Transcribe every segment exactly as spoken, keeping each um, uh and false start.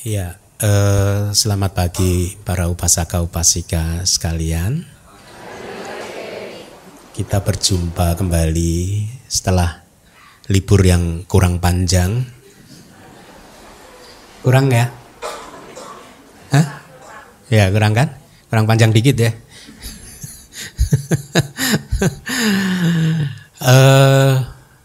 Ya, eh, selamat pagi para upasaka upasika sekalian. Kita berjumpa kembali setelah libur yang kurang panjang. Kurang ya? Hah? Ya kurang kan? Kurang panjang dikit ya. uh,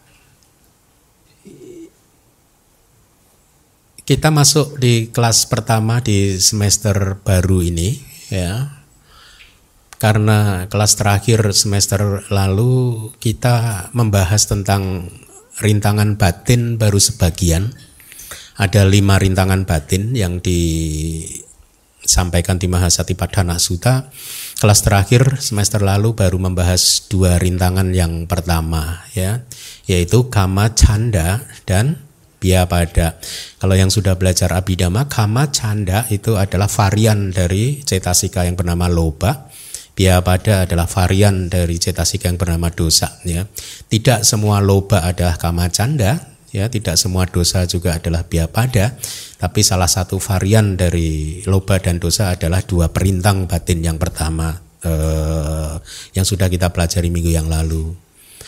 Kita masuk di kelas pertama di semester baru ini ya. Karena kelas terakhir semester lalu kita membahas tentang rintangan batin baru sebagian. Ada lima rintangan batin yang disampaikan di Mahasatipadana Sutta. Kelas terakhir semester lalu baru membahas dua rintangan yang pertama ya, yaitu kama canda dan Biyapada. Kalau yang sudah belajar Abhidhamma, kama canda itu adalah varian dari cetasika yang bernama loba. Biyapada adalah varian dari cetasika yang bernama dosa. Ya. Tidak semua loba adalah kama canda, ya. Tidak semua dosa juga adalah biyapada. Tapi salah satu varian dari loba dan dosa adalah dua perintang batin yang pertama, eh, yang sudah kita pelajari minggu yang lalu.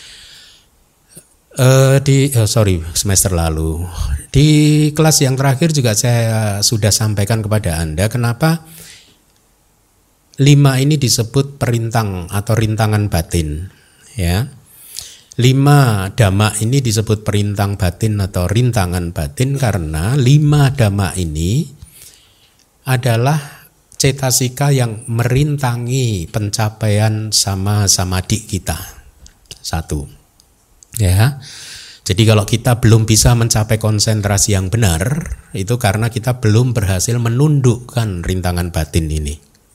Uh, di uh, sorry semester lalu di kelas yang terakhir juga saya sudah sampaikan kepada Anda kenapa lima ini disebut perintang atau rintangan batin ya. Lima dhamma ini disebut perintang batin atau rintangan batin karena lima dhamma ini adalah cetasika yang merintangi pencapaian sama samadhi kita. Satu. Ya, jadi kalau kita belum bisa mencapai konsentrasi yang benar, itu karena kita belum berhasil menundukkan rintangan batin ini.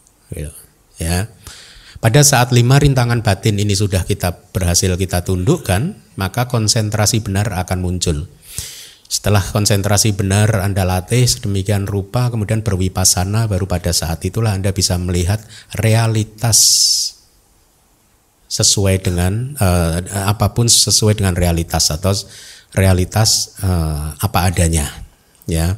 Ya, pada saat lima rintangan batin ini sudah kita berhasil kita tundukkan, maka konsentrasi benar akan muncul. Setelah konsentrasi benar Anda latih sedemikian rupa, kemudian berwipasana, baru pada saat itulah Anda bisa melihat realitas sesuai dengan uh, apapun sesuai dengan realitas atau realitas uh, apa adanya ya.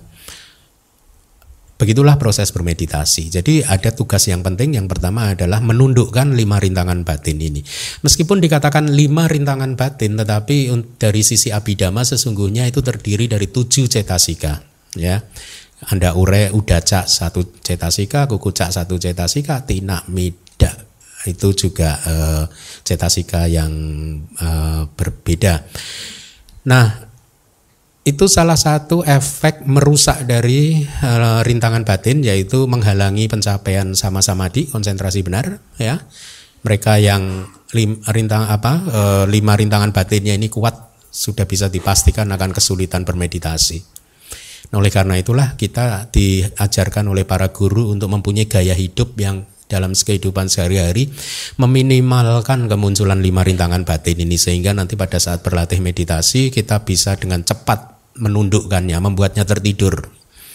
Begitulah proses bermeditasi. Jadi ada tugas yang penting, yang pertama adalah menundukkan lima rintangan batin ini. Meskipun dikatakan lima rintangan batin, tetapi dari sisi Abhidhamma sesungguhnya itu terdiri dari tujuh cetasika ya. Anda ure udaca satu cetasika, kukuca satu cetasika, tina mida itu juga uh, cetasika yang uh, berbeda. Nah, itu salah satu efek merusak dari uh, rintangan batin, yaitu menghalangi pencapaian sama samadhi, konsentrasi benar ya. Mereka yang lim, rintang apa uh, lima rintangan batinnya ini kuat, sudah bisa dipastikan akan kesulitan bermeditasi. Nah, oleh karena itulah kita diajarkan oleh para guru untuk mempunyai gaya hidup yang dalam kehidupan sehari-hari meminimalkan kemunculan lima rintangan batin ini, sehingga nanti pada saat berlatih meditasi kita bisa dengan cepat menundukkannya, membuatnya tertidur.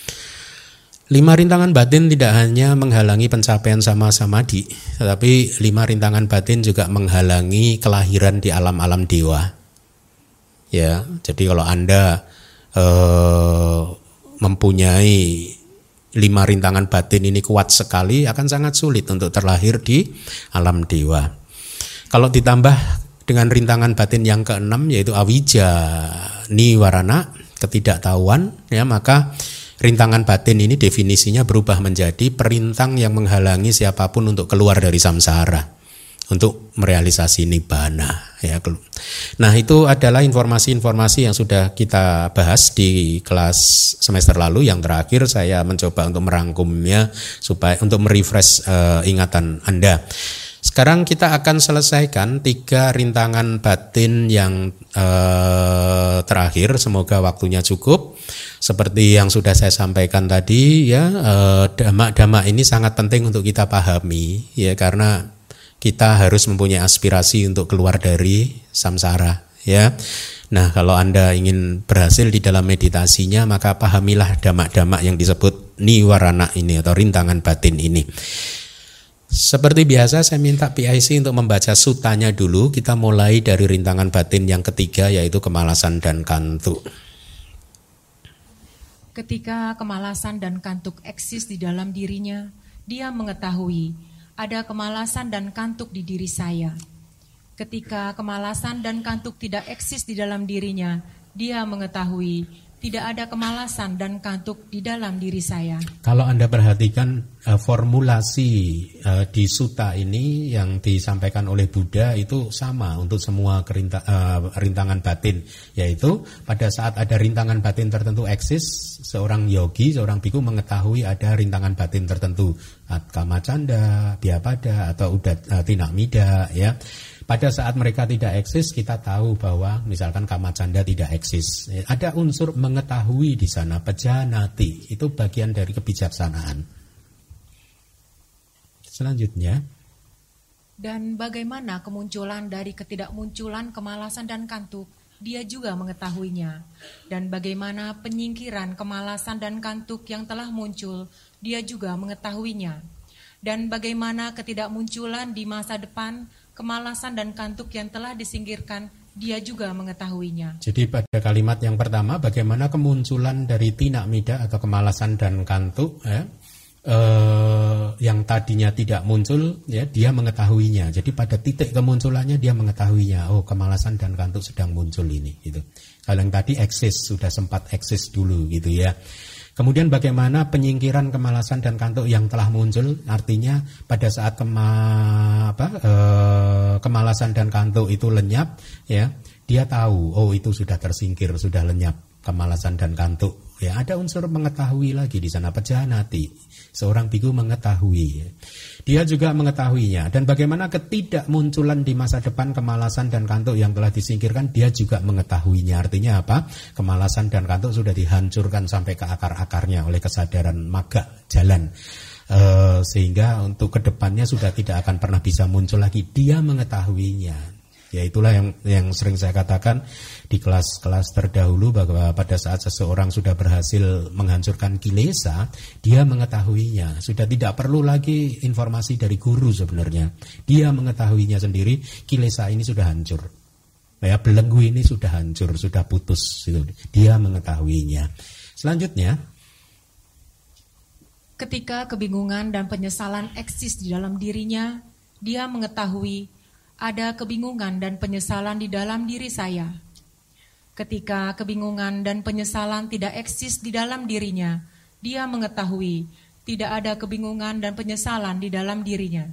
Lima rintangan batin tidak hanya menghalangi pencapaian sama samadhi, tetapi lima rintangan batin juga menghalangi kelahiran di alam-alam dewa. Ya, jadi kalau Anda eh, mempunyai lima rintangan batin ini kuat sekali, akan sangat sulit untuk terlahir di alam dewa. Kalau ditambah dengan rintangan batin yang keenam, yaitu awija niwarana, ketidaktahuan ya, maka rintangan batin ini definisinya berubah menjadi perintang yang menghalangi siapapun untuk keluar dari samsara, untuk merealisasi nibbana ya. Nah, itu adalah informasi-informasi yang sudah kita bahas di kelas semester lalu. Yang terakhir saya mencoba untuk merangkumnya supaya untuk merefresh uh, ingatan Anda. Sekarang kita akan selesaikan tiga rintangan batin yang uh, terakhir. Semoga waktunya cukup. Seperti yang sudah saya sampaikan tadi ya, uh, dhamma-dhamma ini sangat penting untuk kita pahami ya, karena kita harus mempunyai aspirasi untuk keluar dari samsara ya. Nah, kalau Anda ingin berhasil di dalam meditasinya, maka pahamilah dhamma-dhamma yang disebut niwarana ini atau rintangan batin ini. Seperti biasa saya minta P I C untuk membaca sutanya dulu. Kita mulai dari rintangan batin yang ketiga, yaitu kemalasan dan kantuk. Ketika kemalasan dan kantuk eksis di dalam dirinya, dia mengetahui ada kemalasan dan kantuk di diri saya. Ketika kemalasan dan kantuk tidak eksis di dalam dirinya, dia mengetahui tidak ada kemalasan dan kantuk di dalam diri saya. Kalau Anda perhatikan uh, formulasi uh, di sutta ini yang disampaikan oleh Buddha itu sama untuk semua kerinta, uh, rintangan batin, yaitu pada saat ada rintangan batin tertentu eksis, seorang yogi, seorang biku mengetahui ada rintangan batin tertentu, kamacanda, biapada atau udat uh, tinamida, ya. Pada saat mereka tidak eksis, kita tahu bahwa misalkan kamacanda tidak eksis. Ada unsur mengetahui di sana, pajanati, itu bagian dari kebijaksanaan. Selanjutnya. Dan bagaimana kemunculan dari ketidakmunculan kemalasan dan kantuk, dia juga mengetahuinya. Dan bagaimana penyingkiran kemalasan dan kantuk yang telah muncul, dia juga mengetahuinya. Dan bagaimana ketidakmunculan di masa depan, kemalasan dan kantuk yang telah disingkirkan, dia juga mengetahuinya. Jadi pada kalimat yang pertama, bagaimana kemunculan dari tinak mida atau kemalasan dan kantuk, ya, eh, yang tadinya tidak muncul, ya, dia mengetahuinya. Jadi pada titik kemunculannya dia mengetahuinya. Oh, kemalasan dan kantuk sedang muncul ini. Gitu. Kalau yang tadi eksis, sudah sempat eksis dulu, gitu ya. Kemudian bagaimana penyingkiran kemalasan dan kantuk yang telah muncul, artinya pada saat kema, apa, e, kemalasan dan kantuk itu lenyap, ya, dia tahu, oh itu sudah tersingkir, sudah lenyap kemalasan dan kantuk. Ya, ada unsur mengetahui lagi di sana, pajanati. Seorang biku mengetahui. Dia juga mengetahuinya. Dan bagaimana ketidakmunculan di masa depan kemalasan dan kantuk yang telah disingkirkan, dia juga mengetahuinya. Artinya apa? Kemalasan dan kantuk sudah dihancurkan sampai ke akar-akarnya oleh kesadaran magga, jalan. E, sehingga untuk kedepannya sudah tidak akan pernah bisa muncul lagi. Dia mengetahuinya. Ya itulah yang yang sering saya katakan di kelas-kelas terdahulu, bahwa pada saat seseorang sudah berhasil menghancurkan kilesa, dia mengetahuinya. Sudah tidak perlu lagi informasi dari guru sebenarnya. Dia mengetahuinya sendiri, kilesa ini sudah hancur. Ya, belenggu ini sudah hancur, sudah putus. Dia mengetahuinya. Selanjutnya, ketika kebingungan dan penyesalan eksis di dalam dirinya, dia mengetahui ada kebingungan dan penyesalan di dalam diri saya. Ketika kebingungan dan penyesalan tidak eksis di dalam dirinya, dia mengetahui tidak ada kebingungan dan penyesalan di dalam dirinya.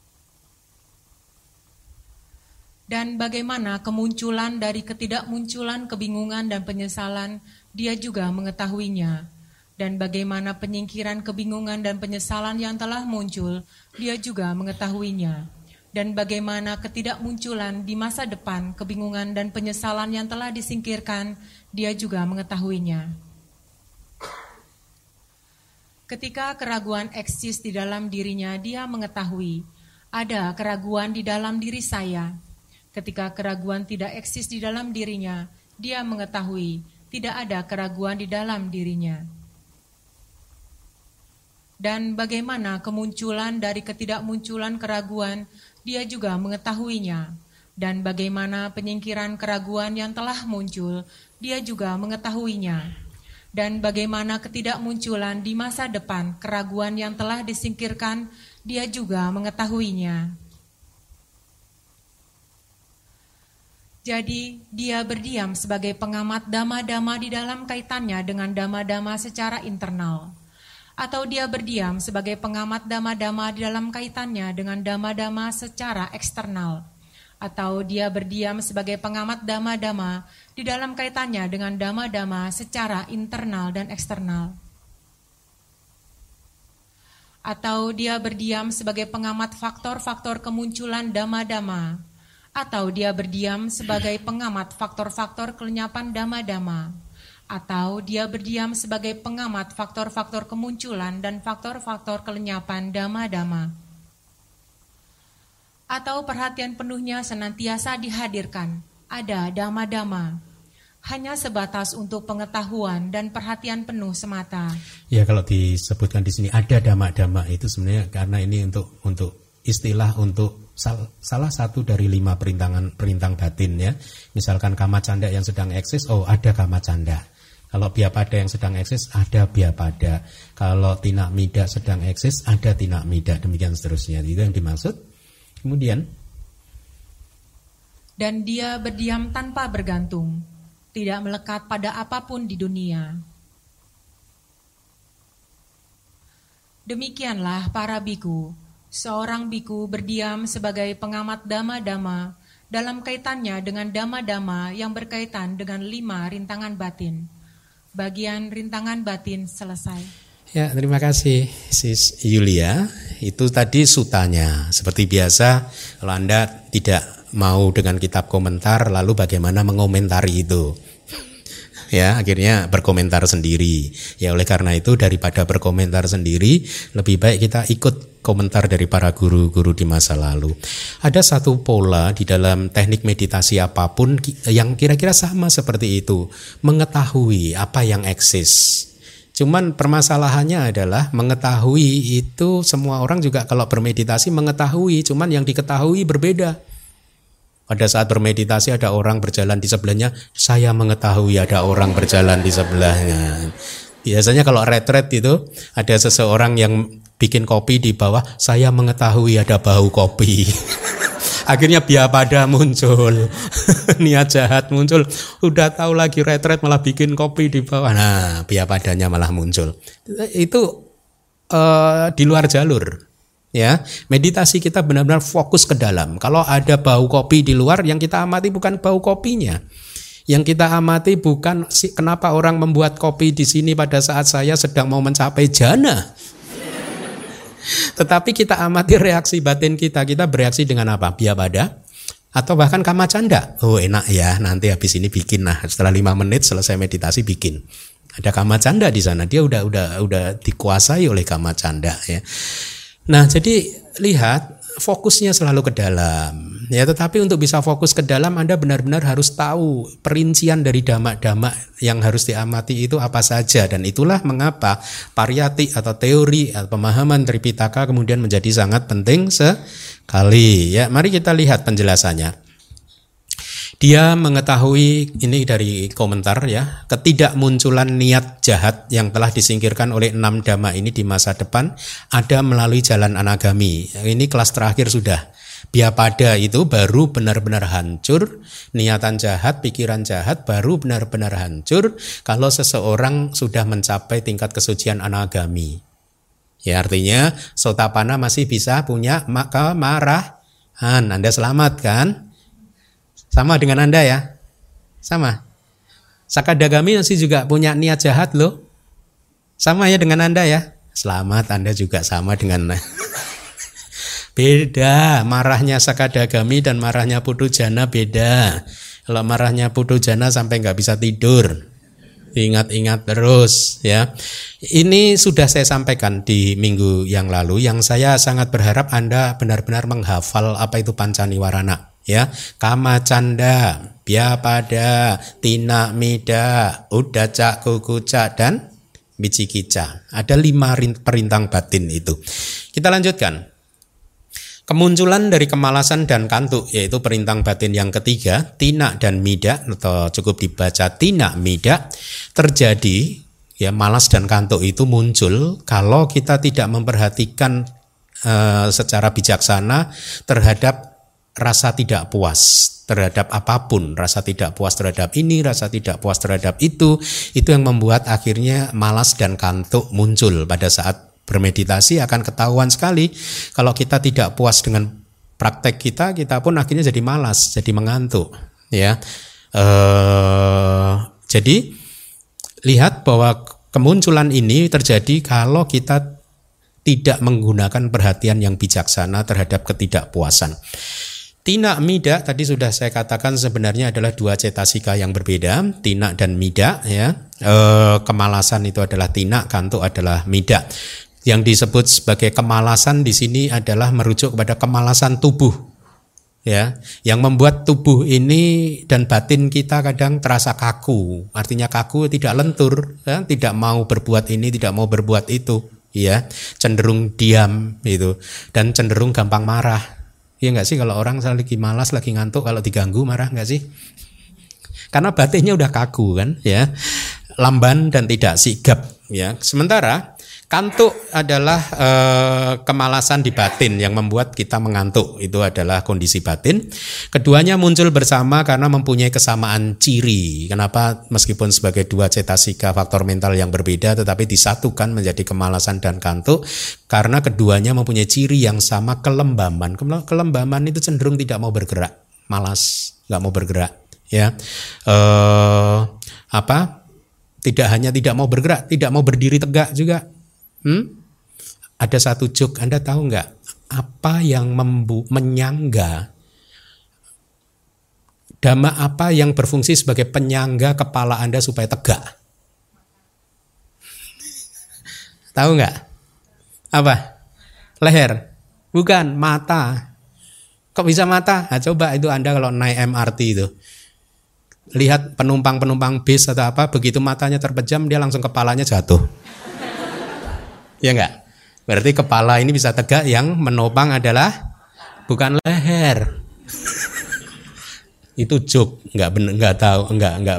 Dan bagaimana kemunculan dari ketidakmunculan kebingungan dan penyesalan, dia juga mengetahuinya. Dan bagaimana penyingkiran kebingungan dan penyesalan yang telah muncul, dia juga mengetahuinya. Dan bagaimana ketidakmunculan di masa depan kebingungan dan penyesalan yang telah disingkirkan, dia juga mengetahuinya. Ketika keraguan eksis di dalam dirinya, dia mengetahui ada keraguan di dalam diri saya. Ketika keraguan tidak eksis di dalam dirinya, dia mengetahui tidak ada keraguan di dalam dirinya. Dan bagaimana kemunculan dari ketidakmunculan keraguan, dia juga mengetahuinya. Dan bagaimana penyingkiran keraguan yang telah muncul, dia juga mengetahuinya. Dan bagaimana ketidakmunculan di masa depan keraguan yang telah disingkirkan, dia juga mengetahuinya. Jadi dia berdiam sebagai pengamat dhamma-dhamma di dalam kaitannya dengan dhamma-dhamma secara internal. Atau dia berdiam sebagai pengamat dhamma-dhamma di dalam kaitannya dengan dhamma-dhamma secara eksternal. Atau dia berdiam sebagai pengamat dhamma-dhamma di dalam kaitannya dengan dhamma-dhamma secara internal dan eksternal. Atau dia berdiam sebagai pengamat faktor-faktor kemunculan dhamma-dhamma. Atau dia berdiam sebagai pengamat faktor-faktor kelenyapan dhamma-dhamma. Atau dia berdiam sebagai pengamat faktor-faktor kemunculan dan faktor-faktor kelenyapan dhamma-dhamma. Atau perhatian penuhnya senantiasa dihadirkan, ada dhamma-dhamma, hanya sebatas untuk pengetahuan dan perhatian penuh semata. Ya, kalau disebutkan di sini ada dhamma-dhamma itu sebenarnya karena ini untuk untuk istilah untuk sal, salah satu dari lima perintangan perintang batin, ya. Misalkan kamacanda yang sedang eksis, oh ada kamacanda. Kalau biapada yang sedang eksis, ada biapada. Kalau tinak mida sedang eksis, ada tinak mida. Demikian seterusnya. Itu yang dimaksud. Kemudian, dan dia berdiam tanpa bergantung, tidak melekat pada apapun di dunia. Demikianlah para biku. Seorang biku berdiam sebagai pengamat dhamma-dhamma dalam kaitannya dengan dhamma-dhamma yang berkaitan dengan lima rintangan batin. Bagian rintangan batin selesai. Ya, terima kasih Sis Yulia. Itu tadi sutanya. Seperti biasa, kalau Anda tidak mau dengan kitab komentar, lalu bagaimana mengomentari itu? Ya, akhirnya berkomentar sendiri. Ya, oleh karena itu daripada berkomentar sendiri, lebih baik kita ikut komentar dari para guru-guru di masa lalu. Ada satu pola di dalam teknik meditasi apapun yang kira-kira sama seperti itu, mengetahui apa yang eksis. Cuman permasalahannya adalah mengetahui itu semua orang juga kalau bermeditasi mengetahui, cuman yang diketahui berbeda. Pada saat bermeditasi ada orang berjalan di sebelahnya, saya mengetahui ada orang berjalan di sebelahnya. Biasanya kalau retret itu ada seseorang yang bikin kopi di bawah, saya mengetahui ada bau kopi. Akhirnya biapada muncul, niat jahat muncul, udah tahu lagi retret malah bikin kopi di bawah. Nah, biapadanya malah muncul. Itu uh, di luar jalur. Ya, meditasi kita benar-benar fokus ke dalam. Kalau ada bau kopi di luar, yang kita amati bukan bau kopinya. Yang kita amati bukan kenapa orang membuat kopi di sini pada saat saya sedang mau mencapai jana. Tetapi kita amati reaksi batin kita. Kita bereaksi dengan apa? Biapada atau bahkan kamacanda. Oh, enak ya, nanti habis ini bikin. Nah, setelah lima menit selesai meditasi bikin. Ada kamacanda di sana. Dia udah udah udah dikuasai oleh kamacanda ya. Nah, jadi lihat fokusnya selalu ke dalam. Ya, tetapi untuk bisa fokus ke dalam Anda benar-benar harus tahu perincian dari dhamma-dhamma yang harus diamati itu apa saja, dan itulah mengapa pariyati atau teori atau pemahaman Tripitaka kemudian menjadi sangat penting sekali. Ya, mari kita lihat penjelasannya. Dia mengetahui, ini dari komentar ya, ketidakmunculan niat jahat yang telah disingkirkan oleh enam dhamma ini di masa depan ada melalui jalan anagami. Ini kelas terakhir sudah. Biapada itu baru benar-benar hancur, niatan jahat, pikiran jahat baru benar-benar hancur kalau seseorang sudah mencapai tingkat kesucian anagami. Ya, artinya Sotapana masih bisa punya kemarahan. Anda selamat kan? Sama dengan Anda ya? Sama. Sakadagami masih juga punya niat jahat loh. Sama ya dengan Anda ya? Selamat, Anda juga sama dengan beda. Marahnya Sakadagami dan marahnya Puthujana beda. Kalau marahnya Puthujana sampai nggak bisa tidur. Ingat-ingat terus ya. Ini sudah saya sampaikan di minggu yang lalu. Yang saya sangat berharap Anda benar-benar menghafal apa itu Pancaniwarana. Ya, kamacanda, biapada, tina mida, udaca, kukuca, dan bicikica. Ada lima perintang batin itu. Kita lanjutkan. Kemunculan dari kemalasan dan kantuk, yaitu perintang batin yang ketiga, tina dan mida, atau cukup dibaca tina mida, terjadi, ya, malas dan kantuk itu muncul kalau kita tidak memperhatikan uh, secara bijaksana terhadap rasa tidak puas terhadap apapun, rasa tidak puas terhadap ini, rasa tidak puas terhadap itu, itu yang membuat akhirnya malas dan kantuk muncul. Pada saat bermeditasi akan ketahuan sekali kalau kita tidak puas dengan praktek kita, kita pun akhirnya jadi malas, jadi mengantuk. Ya, eee, jadi lihat bahwa kemunculan ini terjadi kalau kita tidak menggunakan perhatian yang bijaksana terhadap ketidakpuasan. Tina mida tadi sudah saya katakan sebenarnya adalah dua cetasika yang berbeda, tina dan mida ya. E, kemalasan itu adalah tina, kantuk adalah mida. Yang disebut sebagai kemalasan di sini adalah merujuk kepada kemalasan tubuh. Ya, yang membuat tubuh ini dan batin kita kadang terasa kaku. Artinya kaku, tidak lentur, ya, tidak mau berbuat ini, tidak mau berbuat itu, ya, cenderung diam itu dan cenderung gampang marah. Iya nggak sih, kalau orang lagi malas, lagi ngantuk, kalau diganggu marah nggak sih? Karena batinnya udah kaku kan, ya. lamban dan tidak sigap, ya. Sementara kantuk adalah e, kemalasan di batin yang membuat kita mengantuk. Itu adalah kondisi batin. Keduanya muncul bersama karena mempunyai kesamaan ciri. Kenapa meskipun sebagai dua cetasika faktor mental yang berbeda tetapi disatukan menjadi kemalasan dan kantuk? Karena keduanya mempunyai ciri yang sama, kelembaman. Kelembaman itu cenderung tidak mau bergerak, malas, nggak mau bergerak. Ya, e, apa? Tidak hanya tidak mau bergerak, tidak mau berdiri tegak juga. Hmm? Ada satu joke, Anda tahu nggak apa yang membu- menyangga dhamma apa yang berfungsi sebagai penyangga kepala Anda supaya tegak? Tahu nggak? Apa? Leher? Bukan, mata. Kok bisa mata? Nah, coba itu Anda kalau naik M R T itu, lihat penumpang-penumpang bis atau apa, begitu matanya terpejam dia langsung kepalanya jatuh. Ya enggak? Berarti kepala ini bisa tegak, yang menopang adalah bukan leher. Itu joke, enggak benar, enggak tahu, enggak enggak.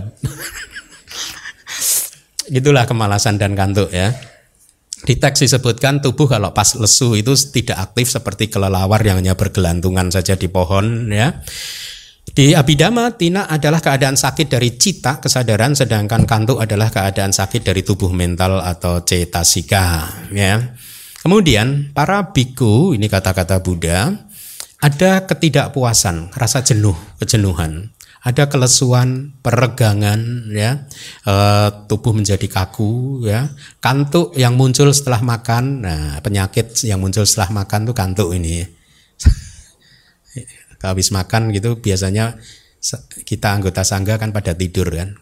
Itulah kemalasan dan kantuk, ya. Di teks disebutkan tubuh kalau pas lesu itu tidak aktif seperti kelelawar yang hanya bergelantungan saja di pohon, ya. Di Abhidhamma, tina adalah keadaan sakit dari cita, kesadaran, sedangkan kantuk adalah keadaan sakit dari tubuh mental atau cetasika. Ya. Kemudian para biku, ini kata-kata Buddha, ada ketidakpuasan, rasa jenuh, kejenuhan, ada kelesuan, peregangan, ya, e, tubuh menjadi kaku, ya, kantuk yang muncul setelah makan. Nah, penyakit yang muncul setelah makan tuh kantuk ini. Habis makan gitu biasanya kita anggota sangga kan pada tidur kan.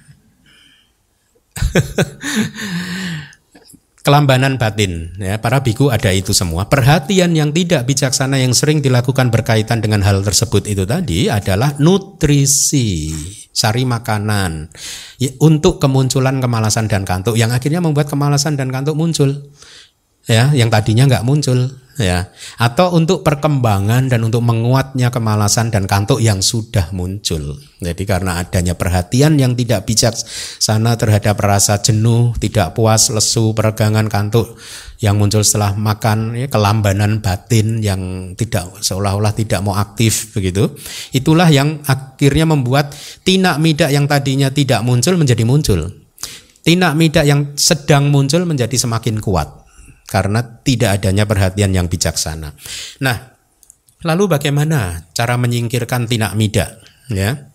Kelambanan batin, ya, para biku ada itu semua. Perhatian yang tidak bijaksana yang sering dilakukan berkaitan dengan hal tersebut itu tadi adalah nutrisi, cari makanan, ya, untuk kemunculan kemalasan dan kantuk yang akhirnya membuat kemalasan dan kantuk muncul. Ya, yang tadinya nggak muncul, ya, atau untuk perkembangan dan untuk menguatnya kemalasan dan kantuk yang sudah muncul. Jadi karena adanya perhatian yang tidak bijaksana terhadap rasa jenuh, tidak puas, lesu, peregangan, kantuk yang muncul setelah makan, ya, kelambanan batin yang tidak seolah-olah tidak mau aktif begitu. Itulah yang akhirnya membuat tina mida yang tadinya tidak muncul menjadi muncul. Tina mida yang sedang muncul menjadi semakin kuat. Karena tidak adanya perhatian yang bijaksana. Nah, lalu bagaimana cara menyingkirkan tina mida? Ya,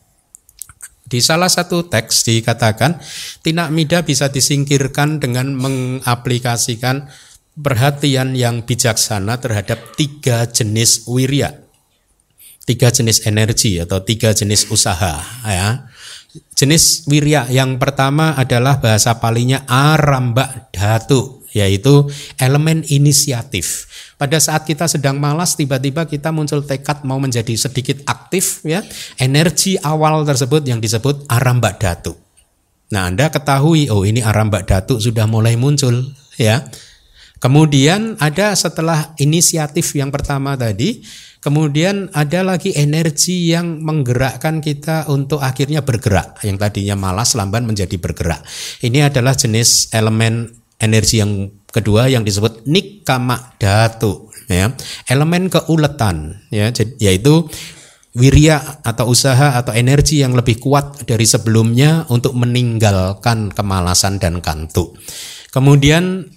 di salah satu teks dikatakan tina mida bisa disingkirkan dengan mengaplikasikan perhatian yang bijaksana terhadap tiga jenis wirya, tiga jenis energi atau tiga jenis usaha. Ya. Jenis wirya yang pertama adalah bahasa Palinya aramba dhatu, yaitu elemen inisiatif. Pada saat kita sedang malas, tiba-tiba kita muncul tekad mau menjadi sedikit aktif, ya. Energi awal tersebut yang disebut aramba dhatu. Nah, Anda ketahui, oh ini aramba dhatu sudah mulai muncul, ya. Kemudian ada setelah inisiatif yang pertama tadi, kemudian ada lagi energi yang menggerakkan kita untuk akhirnya bergerak. Yang tadinya malas, lamban menjadi bergerak. Ini adalah jenis elemen energi yang kedua yang disebut nikkama dhatu, ya, elemen keuletan, ya, yaitu wirya atau usaha atau energi yang lebih kuat dari sebelumnya untuk meninggalkan kemalasan dan kantuk. Kemudian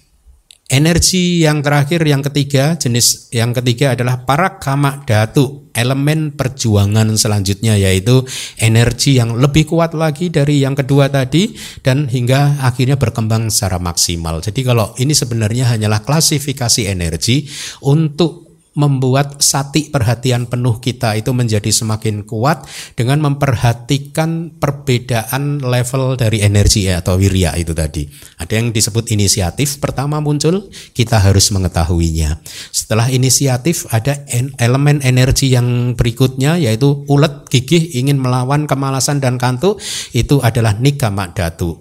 energi yang terakhir, yang ketiga, jenis yang ketiga adalah parakama dhatu, elemen perjuangan selanjutnya, yaitu energi yang lebih kuat lagi dari yang kedua tadi dan hingga akhirnya berkembang secara maksimal. Jadi kalau ini sebenarnya hanyalah klasifikasi energi untuk membuat sati perhatian penuh kita itu menjadi semakin kuat dengan memperhatikan perbedaan level dari energi atau wirya itu tadi. Ada yang disebut inisiatif, pertama muncul, kita harus mengetahuinya. Setelah inisiatif ada elemen energi yang berikutnya, yaitu ulet, gigih, ingin melawan kemalasan dan kantuk, itu adalah nikkama dhatu.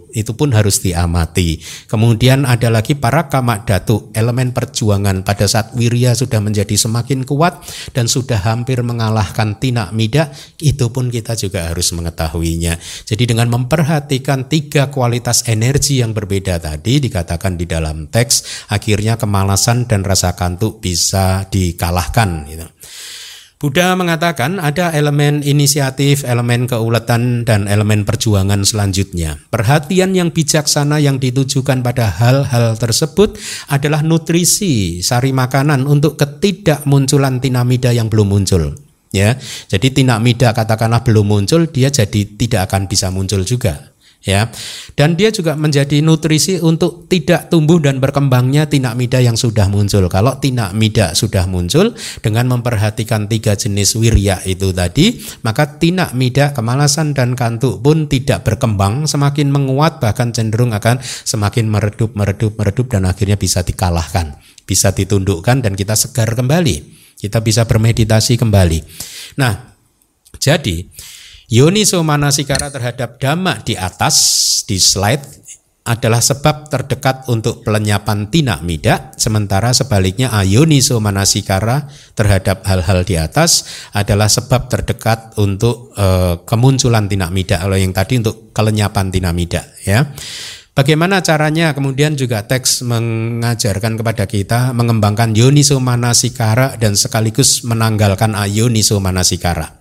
itu pun harus diamati. Kemudian ada lagi para kamak dhatu, elemen perjuangan. Pada saat wirya sudah menjadi semakin kuat dan sudah hampir mengalahkan tinak mida, itu pun kita juga harus mengetahuinya. Jadi dengan memperhatikan tiga kualitas energi yang berbeda tadi dikatakan di dalam teks, akhirnya kemalasan dan rasa kantuk bisa dikalahkan gitu. Buddha mengatakan ada elemen inisiatif, elemen keuletan, dan elemen perjuangan selanjutnya. Perhatian yang bijaksana yang ditujukan pada hal-hal tersebut adalah nutrisi, sari makanan untuk ketidakmunculan tinamida yang belum muncul. Ya, jadi tinamida katakanlah belum muncul, dia jadi tidak akan bisa muncul juga. Ya, dan dia juga menjadi nutrisi untuk tidak tumbuh dan berkembangnya tinak mida yang sudah muncul. Kalau tinak mida sudah muncul dengan memperhatikan tiga jenis wirya itu tadi, maka tinak mida, kemalasan dan kantuk pun tidak berkembang, semakin menguat, bahkan cenderung akan semakin meredup, meredup, meredup dan akhirnya bisa dikalahkan, bisa ditundukkan dan kita segar kembali, kita bisa bermeditasi kembali. Nah, jadi Yoniso manasikara terhadap dhamma di atas, di slide, adalah sebab terdekat untuk pelenyapan tinak mida, sementara sebaliknya ayoniso manasikara terhadap hal-hal di atas adalah sebab terdekat untuk e, kemunculan tinak mida, kalau yang tadi untuk kelenyapan tinak mida. Ya. Bagaimana caranya? Kemudian juga teks mengajarkan kepada kita mengembangkan yoniso manasikara dan sekaligus menanggalkan ayoniso manasikara.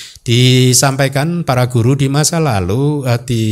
Disampaikan para guru di masa lalu eh, di,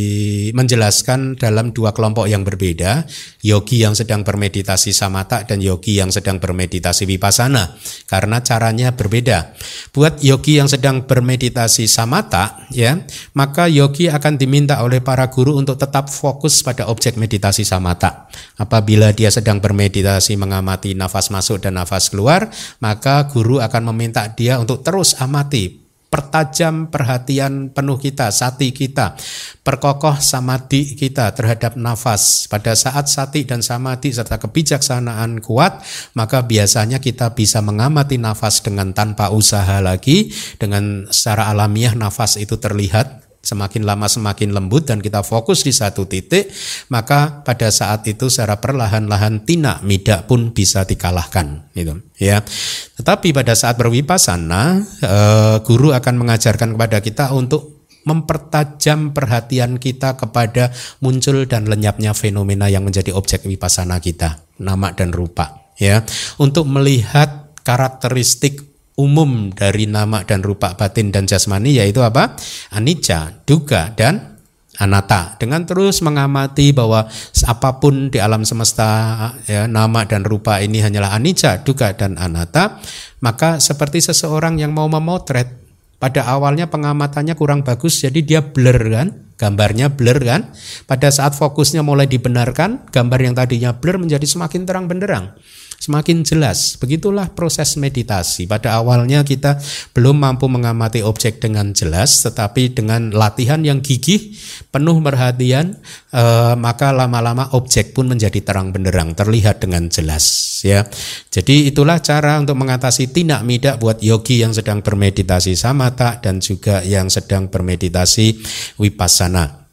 menjelaskan dalam dua kelompok yang berbeda, yogi yang sedang bermeditasi samatha dan yogi yang sedang bermeditasi vipassana, karena caranya berbeda. Buat yogi yang sedang bermeditasi samatha, ya, maka yogi akan diminta oleh para guru untuk tetap fokus pada objek meditasi samatha. Apabila dia sedang bermeditasi mengamati nafas masuk dan nafas keluar, maka guru akan meminta dia untuk terus amati, pertajam perhatian penuh kita, sati kita, perkokoh samadhi kita terhadap nafas. Pada saat sati dan samadhi serta kebijaksanaan kuat, maka biasanya kita bisa mengamati nafas dengan tanpa usaha lagi. Dengan secara alamiah nafas itu terlihat semakin lama semakin lembut dan kita fokus di satu titik, maka pada saat itu secara perlahan-lahan tinak mida pun bisa dikalahkan, gitu ya. Tetapi pada saat bervipassana, eh, guru akan mengajarkan kepada kita untuk mempertajam perhatian kita kepada muncul dan lenyapnya fenomena yang menjadi objek vipassana kita, nama dan rupa, ya, untuk melihat karakteristik umum dari nama dan rupa batin dan jasmani, yaitu apa? Anicca, dukkha, dan anatta. Dengan terus mengamati bahwa apapun di alam semesta, ya, nama dan rupa ini hanyalah anicca, dukkha, dan anatta, maka seperti seseorang yang mau memotret, pada awalnya pengamatannya kurang bagus, jadi dia blur kan, gambarnya blur kan. Pada saat fokusnya mulai dibenarkan, gambar yang tadinya blur menjadi semakin terang benderang, semakin jelas. Begitulah proses meditasi. Pada awalnya kita belum mampu mengamati objek dengan jelas, tetapi dengan latihan yang gigih, penuh perhatian, eh, maka lama-lama objek pun menjadi terang benderang, terlihat dengan jelas. Ya, jadi itulah cara untuk mengatasi tinak mida buat yogi yang sedang bermeditasi samatha dan juga yang sedang bermeditasi vipassana.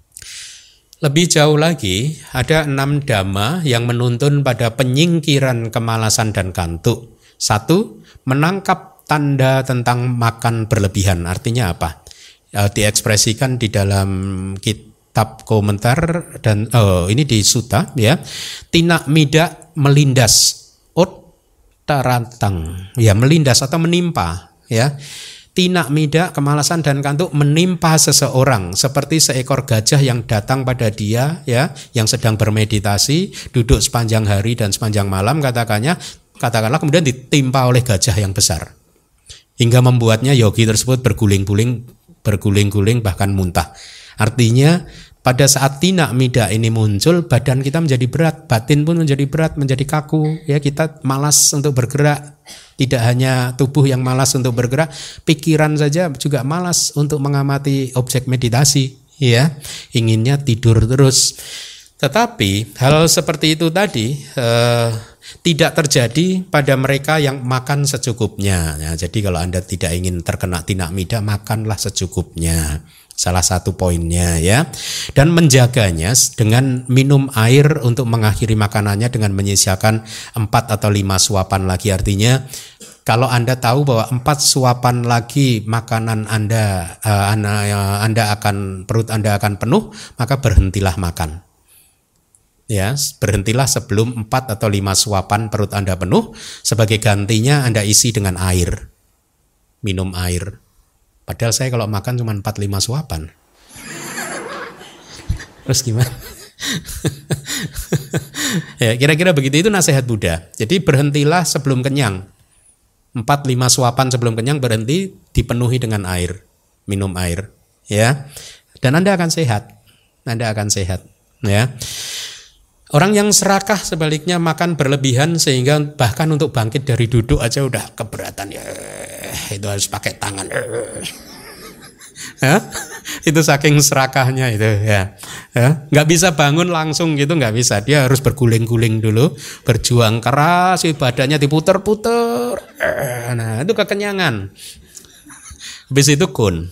Lebih jauh lagi, ada enam dhamma yang menuntun pada penyingkiran kemalasan dan kantuk. Satu, menangkap tanda tentang makan berlebihan. Artinya apa? E, diekspresikan di dalam kitab komentar dan oh, ini di sutta, ya. Tinak mida melindas, uttarantang, ya, melindas atau menimpa, ya. Tinak mida, kemalasan dan kantuk menimpa seseorang seperti seekor gajah yang datang pada dia, ya, yang sedang bermeditasi, duduk sepanjang hari dan sepanjang malam, katakannya, katakanlah kemudian ditimpa oleh gajah yang besar, hingga membuatnya yogi tersebut berguling-guling, berguling-guling bahkan muntah. Artinya pada saat tinak mida ini muncul, badan kita menjadi berat, batin pun menjadi berat, menjadi kaku, ya, kita malas untuk bergerak. Tidak hanya tubuh yang malas untuk bergerak, pikiran saja juga malas untuk mengamati objek meditasi, ya, inginnya tidur terus. Tetapi hal seperti itu tadi eh, tidak terjadi pada mereka yang makan secukupnya. Ya, jadi kalau Anda tidak ingin terkena tinak mida, makanlah secukupnya. Salah satu poinnya ya. Dan menjaganya dengan minum air untuk mengakhiri makanannya dengan menyisihkan empat atau lima suapan lagi. Artinya kalau Anda tahu bahwa empat suapan lagi makanan Anda, uh, anda, anda akan perut Anda akan penuh, maka berhentilah makan. Ya, berhentilah sebelum empat atau lima suapan perut Anda penuh. Sebagai gantinya Anda isi dengan air. Minum air. Padahal saya kalau makan cuma empat lima suapan. Terus gimana? Ya, kira-kira begitu, itu nasihat Buddha. Jadi berhentilah sebelum kenyang. empat lima suapan sebelum kenyang berhenti, dipenuhi dengan air. Minum air, ya. Dan Anda akan sehat. Anda akan sehat, ya. Orang yang serakah sebaliknya makan berlebihan sehingga bahkan untuk bangkit dari duduk aja udah keberatan, ya. Itu harus pakai tangan. Ya, itu saking serakahnya itu ya. Ya, nggak bisa bangun langsung gitu, nggak bisa. Dia harus berguling-guling dulu, berjuang keras, badannya diputer-puter. Nah, itu kekenyangan. Habis itu kun.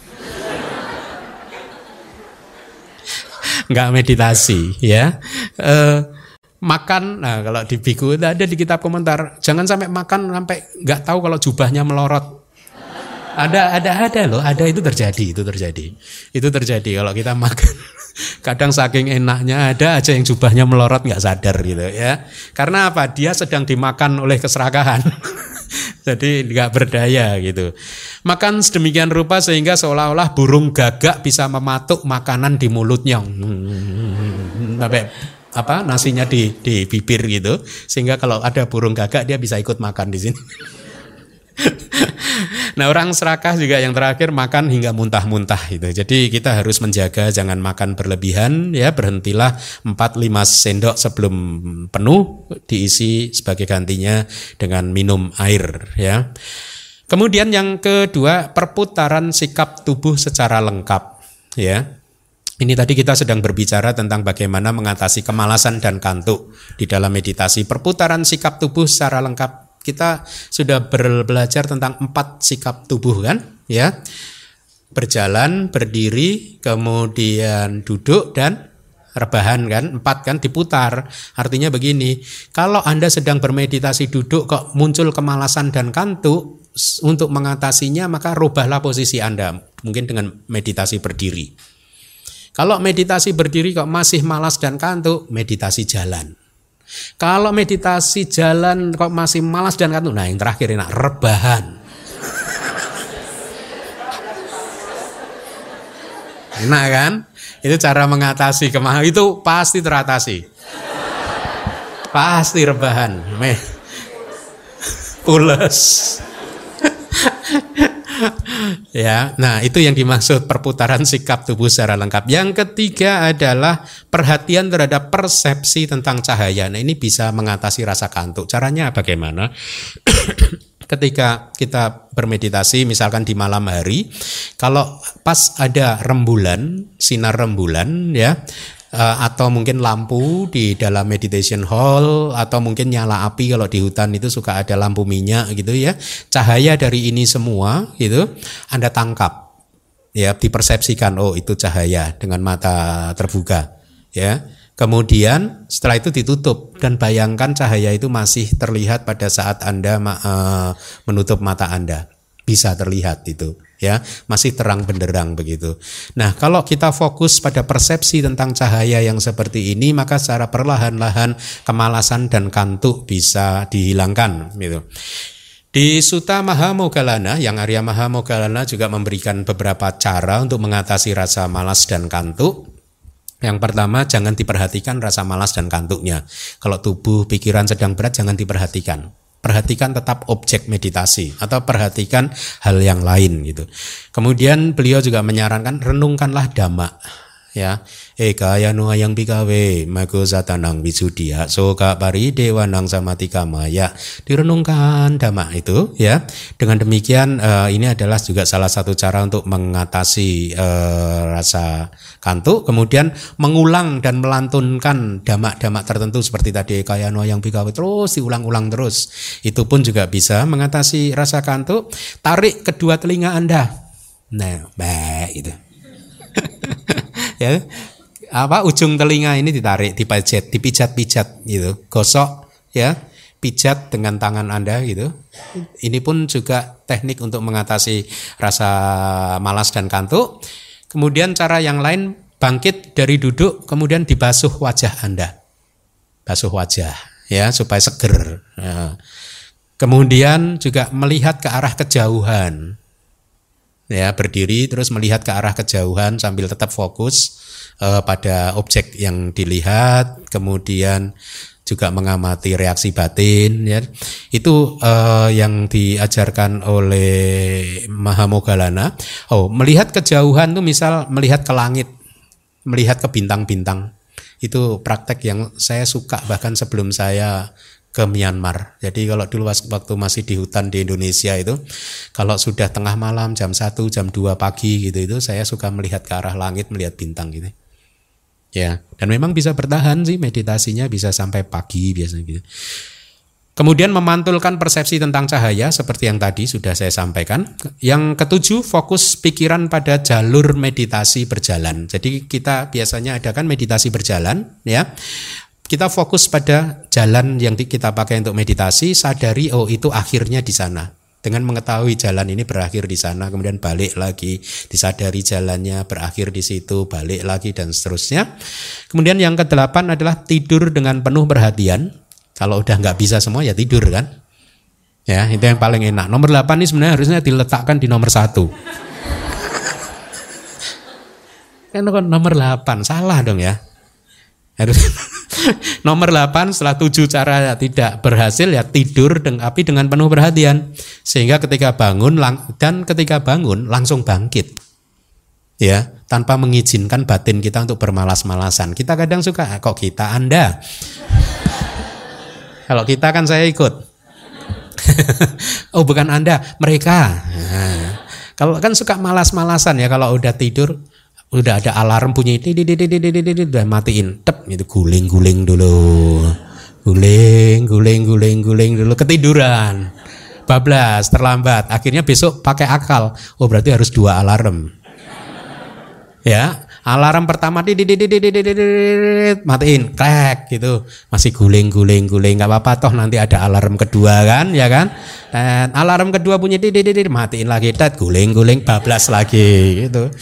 Nggak meditasi ya. E, makan, nah kalau di biku ada di kitab komentar, jangan sampai makan sampai nggak tahu kalau jubahnya melorot. Ada, ada, ada loh, ada, itu terjadi, itu terjadi, itu terjadi kalau kita makan. Kadang saking enaknya ada aja yang jubahnya melorot nggak sadar gitu ya. Karena apa? Dia sedang dimakan oleh keserakahan. Jadi nggak berdaya gitu. Makan sedemikian rupa sehingga seolah-olah burung gagak bisa mematuk makanan di mulutnya. Sampai apa nasinya di di bibir gitu, sehingga kalau ada burung gagak dia bisa ikut makan di sini. Nah, orang serakah juga yang terakhir makan hingga muntah-muntah gitu. Jadi kita harus menjaga jangan makan berlebihan ya, berhentilah empat lima sendok sebelum penuh, diisi sebagai gantinya dengan minum air ya. Kemudian yang kedua, perputaran sikap tubuh secara lengkap ya. Ini tadi kita sedang berbicara tentang bagaimana mengatasi kemalasan dan kantuk di dalam meditasi. Perputaran sikap tubuh secara lengkap. Kita sudah belajar tentang empat sikap tubuh kan, ya. Berjalan, berdiri, kemudian duduk dan rebahan kan, empat kan diputar. Artinya begini, kalau Anda sedang bermeditasi duduk kok muncul kemalasan dan kantuk, untuk mengatasinya maka rubahlah posisi Anda, mungkin dengan meditasi berdiri. Kalau meditasi berdiri kok masih malas dan kantuk, meditasi jalan. Kalau meditasi jalan kok masih malas dan kantuk, nah yang terakhir enak, rebahan. Enak kan? Itu cara mengatasi kemalasan, itu pasti teratasi. Pasti rebahan. Meh. Pules. Ya, nah itu yang dimaksud perputaran sikap tubuh secara lengkap. Yang ketiga adalah perhatian terhadap persepsi tentang cahaya. Nah ini bisa mengatasi rasa kantuk. Caranya bagaimana? Ketika kita bermeditasi misalkan di malam hari, kalau pas ada rembulan, sinar rembulan ya, atau mungkin lampu di dalam meditation hall, atau mungkin nyala api kalau di hutan itu suka ada lampu minyak gitu ya. Cahaya dari ini semua gitu Anda tangkap ya, dipersepsikan oh itu cahaya dengan mata terbuka ya. Kemudian setelah itu ditutup dan bayangkan cahaya itu masih terlihat pada saat Anda uh, menutup mata Anda. Bisa terlihat itu ya, masih terang benderang begitu. Nah, kalau kita fokus pada persepsi tentang cahaya yang seperti ini, maka secara perlahan-lahan kemalasan dan kantuk bisa dihilangkan gitu. Di Sutta Mahamoggallana, yang Arya Mahamoggallana juga memberikan beberapa cara untuk mengatasi rasa malas dan kantuk. Yang pertama, jangan diperhatikan rasa malas dan kantuknya. Kalau tubuh, pikiran sedang berat, jangan diperhatikan. Perhatikan tetap objek meditasi atau perhatikan hal yang lain gitu. Kemudian beliau juga menyarankan renungkanlah dhamma ya. Eka yanu ayang bikawe mago satanang wisudia soka pari dewanang samatika maya. Direnungkan dhamma itu ya. Dengan demikian uh, ini adalah juga salah satu cara untuk mengatasi uh, rasa kantuk. Kemudian mengulang dan melantunkan dhamma-dhamma tertentu seperti tadi Eka yanu ayang bikawe, terus diulang-ulang terus. Itu pun juga bisa mengatasi rasa kantuk. Tarik kedua telinga Anda. Nah, baik itu. ya. Apa ujung telinga ini ditarik, dipijat, dipijat-pijat gitu. Gosok ya, pijat dengan tangan Anda gitu. Ini pun juga teknik untuk mengatasi rasa malas dan kantuk. Kemudian cara yang lain, bangkit dari duduk kemudian dibasuh wajah Anda. Basuh wajah ya supaya seger. Ya. Kemudian juga melihat ke arah kejauhan. Ya, berdiri terus melihat ke arah kejauhan sambil tetap fokus eh, pada objek yang dilihat, kemudian juga mengamati reaksi batin ya. Itu eh, yang diajarkan oleh Mahamoggallana. Oh, melihat kejauhan tuh misal melihat ke langit, melihat ke bintang-bintang. Itu praktek yang saya suka bahkan sebelum saya ke Myanmar. Jadi kalau dulu waktu masih di hutan di Indonesia itu, kalau sudah tengah malam jam satu, jam dua pagi gitu itu saya suka melihat ke arah langit, melihat bintang gitu. Ya, dan memang bisa bertahan sih meditasinya bisa sampai pagi biasanya gitu. Kemudian memantulkan persepsi tentang cahaya seperti yang tadi sudah saya sampaikan. Yang ketujuh, fokus pikiran pada jalur meditasi berjalan. Jadi kita biasanya adakan meditasi berjalan ya. Kita fokus pada jalan yang kita pakai untuk meditasi, sadari oh itu akhirnya di sana. Dengan mengetahui jalan ini berakhir di sana, kemudian balik lagi, disadari jalannya berakhir di situ, balik lagi dan seterusnya. Kemudian yang kedelapan adalah tidur dengan penuh perhatian. Kalau udah nggak bisa semua ya tidur kan. Ya, itu yang paling enak. Nomor delapan ini sebenarnya harusnya diletakkan di nomor satu. Kan nomor delapan, salah dong ya. Harus nomor delapan setelah tujuh cara tidak berhasil ya tidur dengan api dengan penuh perhatian sehingga ketika bangun dan ketika bangun langsung bangkit ya tanpa mengizinkan batin kita untuk bermalas-malasan. Kita kadang suka kok kita Anda kalau kita kan saya ikut oh bukan Anda mereka nah, kalau kan suka malas-malasan ya kalau udah tidur udah ada alarm bunyi, udah matiin, tep, itu guling-guling dulu, guling, guling, guling, guling dulu, ketiduran, bablas, terlambat, akhirnya besok pakai akal, oh berarti harus dua alarm, ya, alarm pertama, matiin, krek, gitu, masih guling, guling, guling, nggak apa-apa, toh nanti ada alarm kedua kan, ya kan, dan alarm kedua bunyi, matiin lagi, tet, guling, guling, bablas lagi, gitu.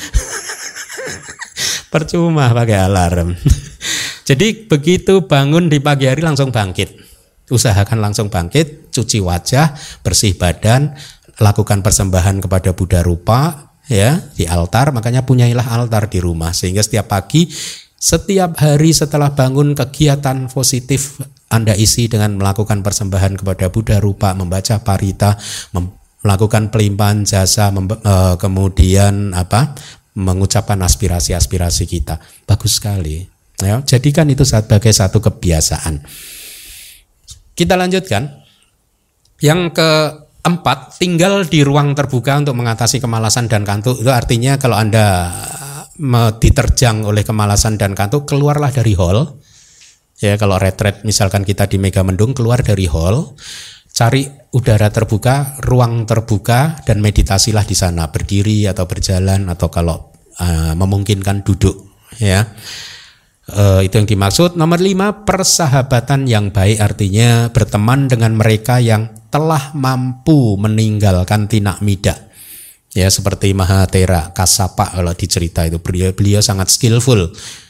Percuma pakai alarm. Jadi begitu bangun di pagi hari langsung bangkit. Usahakan langsung bangkit, cuci wajah, bersih badan, lakukan persembahan kepada Buddha rupa ya di altar. Makanya punyailah altar di rumah sehingga setiap pagi, setiap hari setelah bangun kegiatan positif Anda isi dengan melakukan persembahan kepada Buddha rupa, membaca parita, mem- melakukan pelimpahan jasa, mem- uh, kemudian apa? mengucapkan aspirasi-aspirasi kita. Bagus sekali. Ya, jadikan itu sebagai satu kebiasaan. Kita lanjutkan. Yang keempat, tinggal di ruang terbuka untuk mengatasi kemalasan dan kantuk. Itu artinya kalau Anda diterjang oleh kemalasan dan kantuk, keluarlah dari hall. Ya, kalau retret misalkan kita di Megamendung, keluar dari hall. Cari udara terbuka, ruang terbuka dan meditasilah di sana, berdiri atau berjalan atau kalau uh, memungkinkan duduk ya. Uh, itu yang dimaksud. Nomor lima, persahabatan yang baik artinya berteman dengan mereka yang telah mampu meninggalkan tinak mida. Ya seperti Mahatera Kassapa kalau dicerita itu beliau, beliau sangat skillful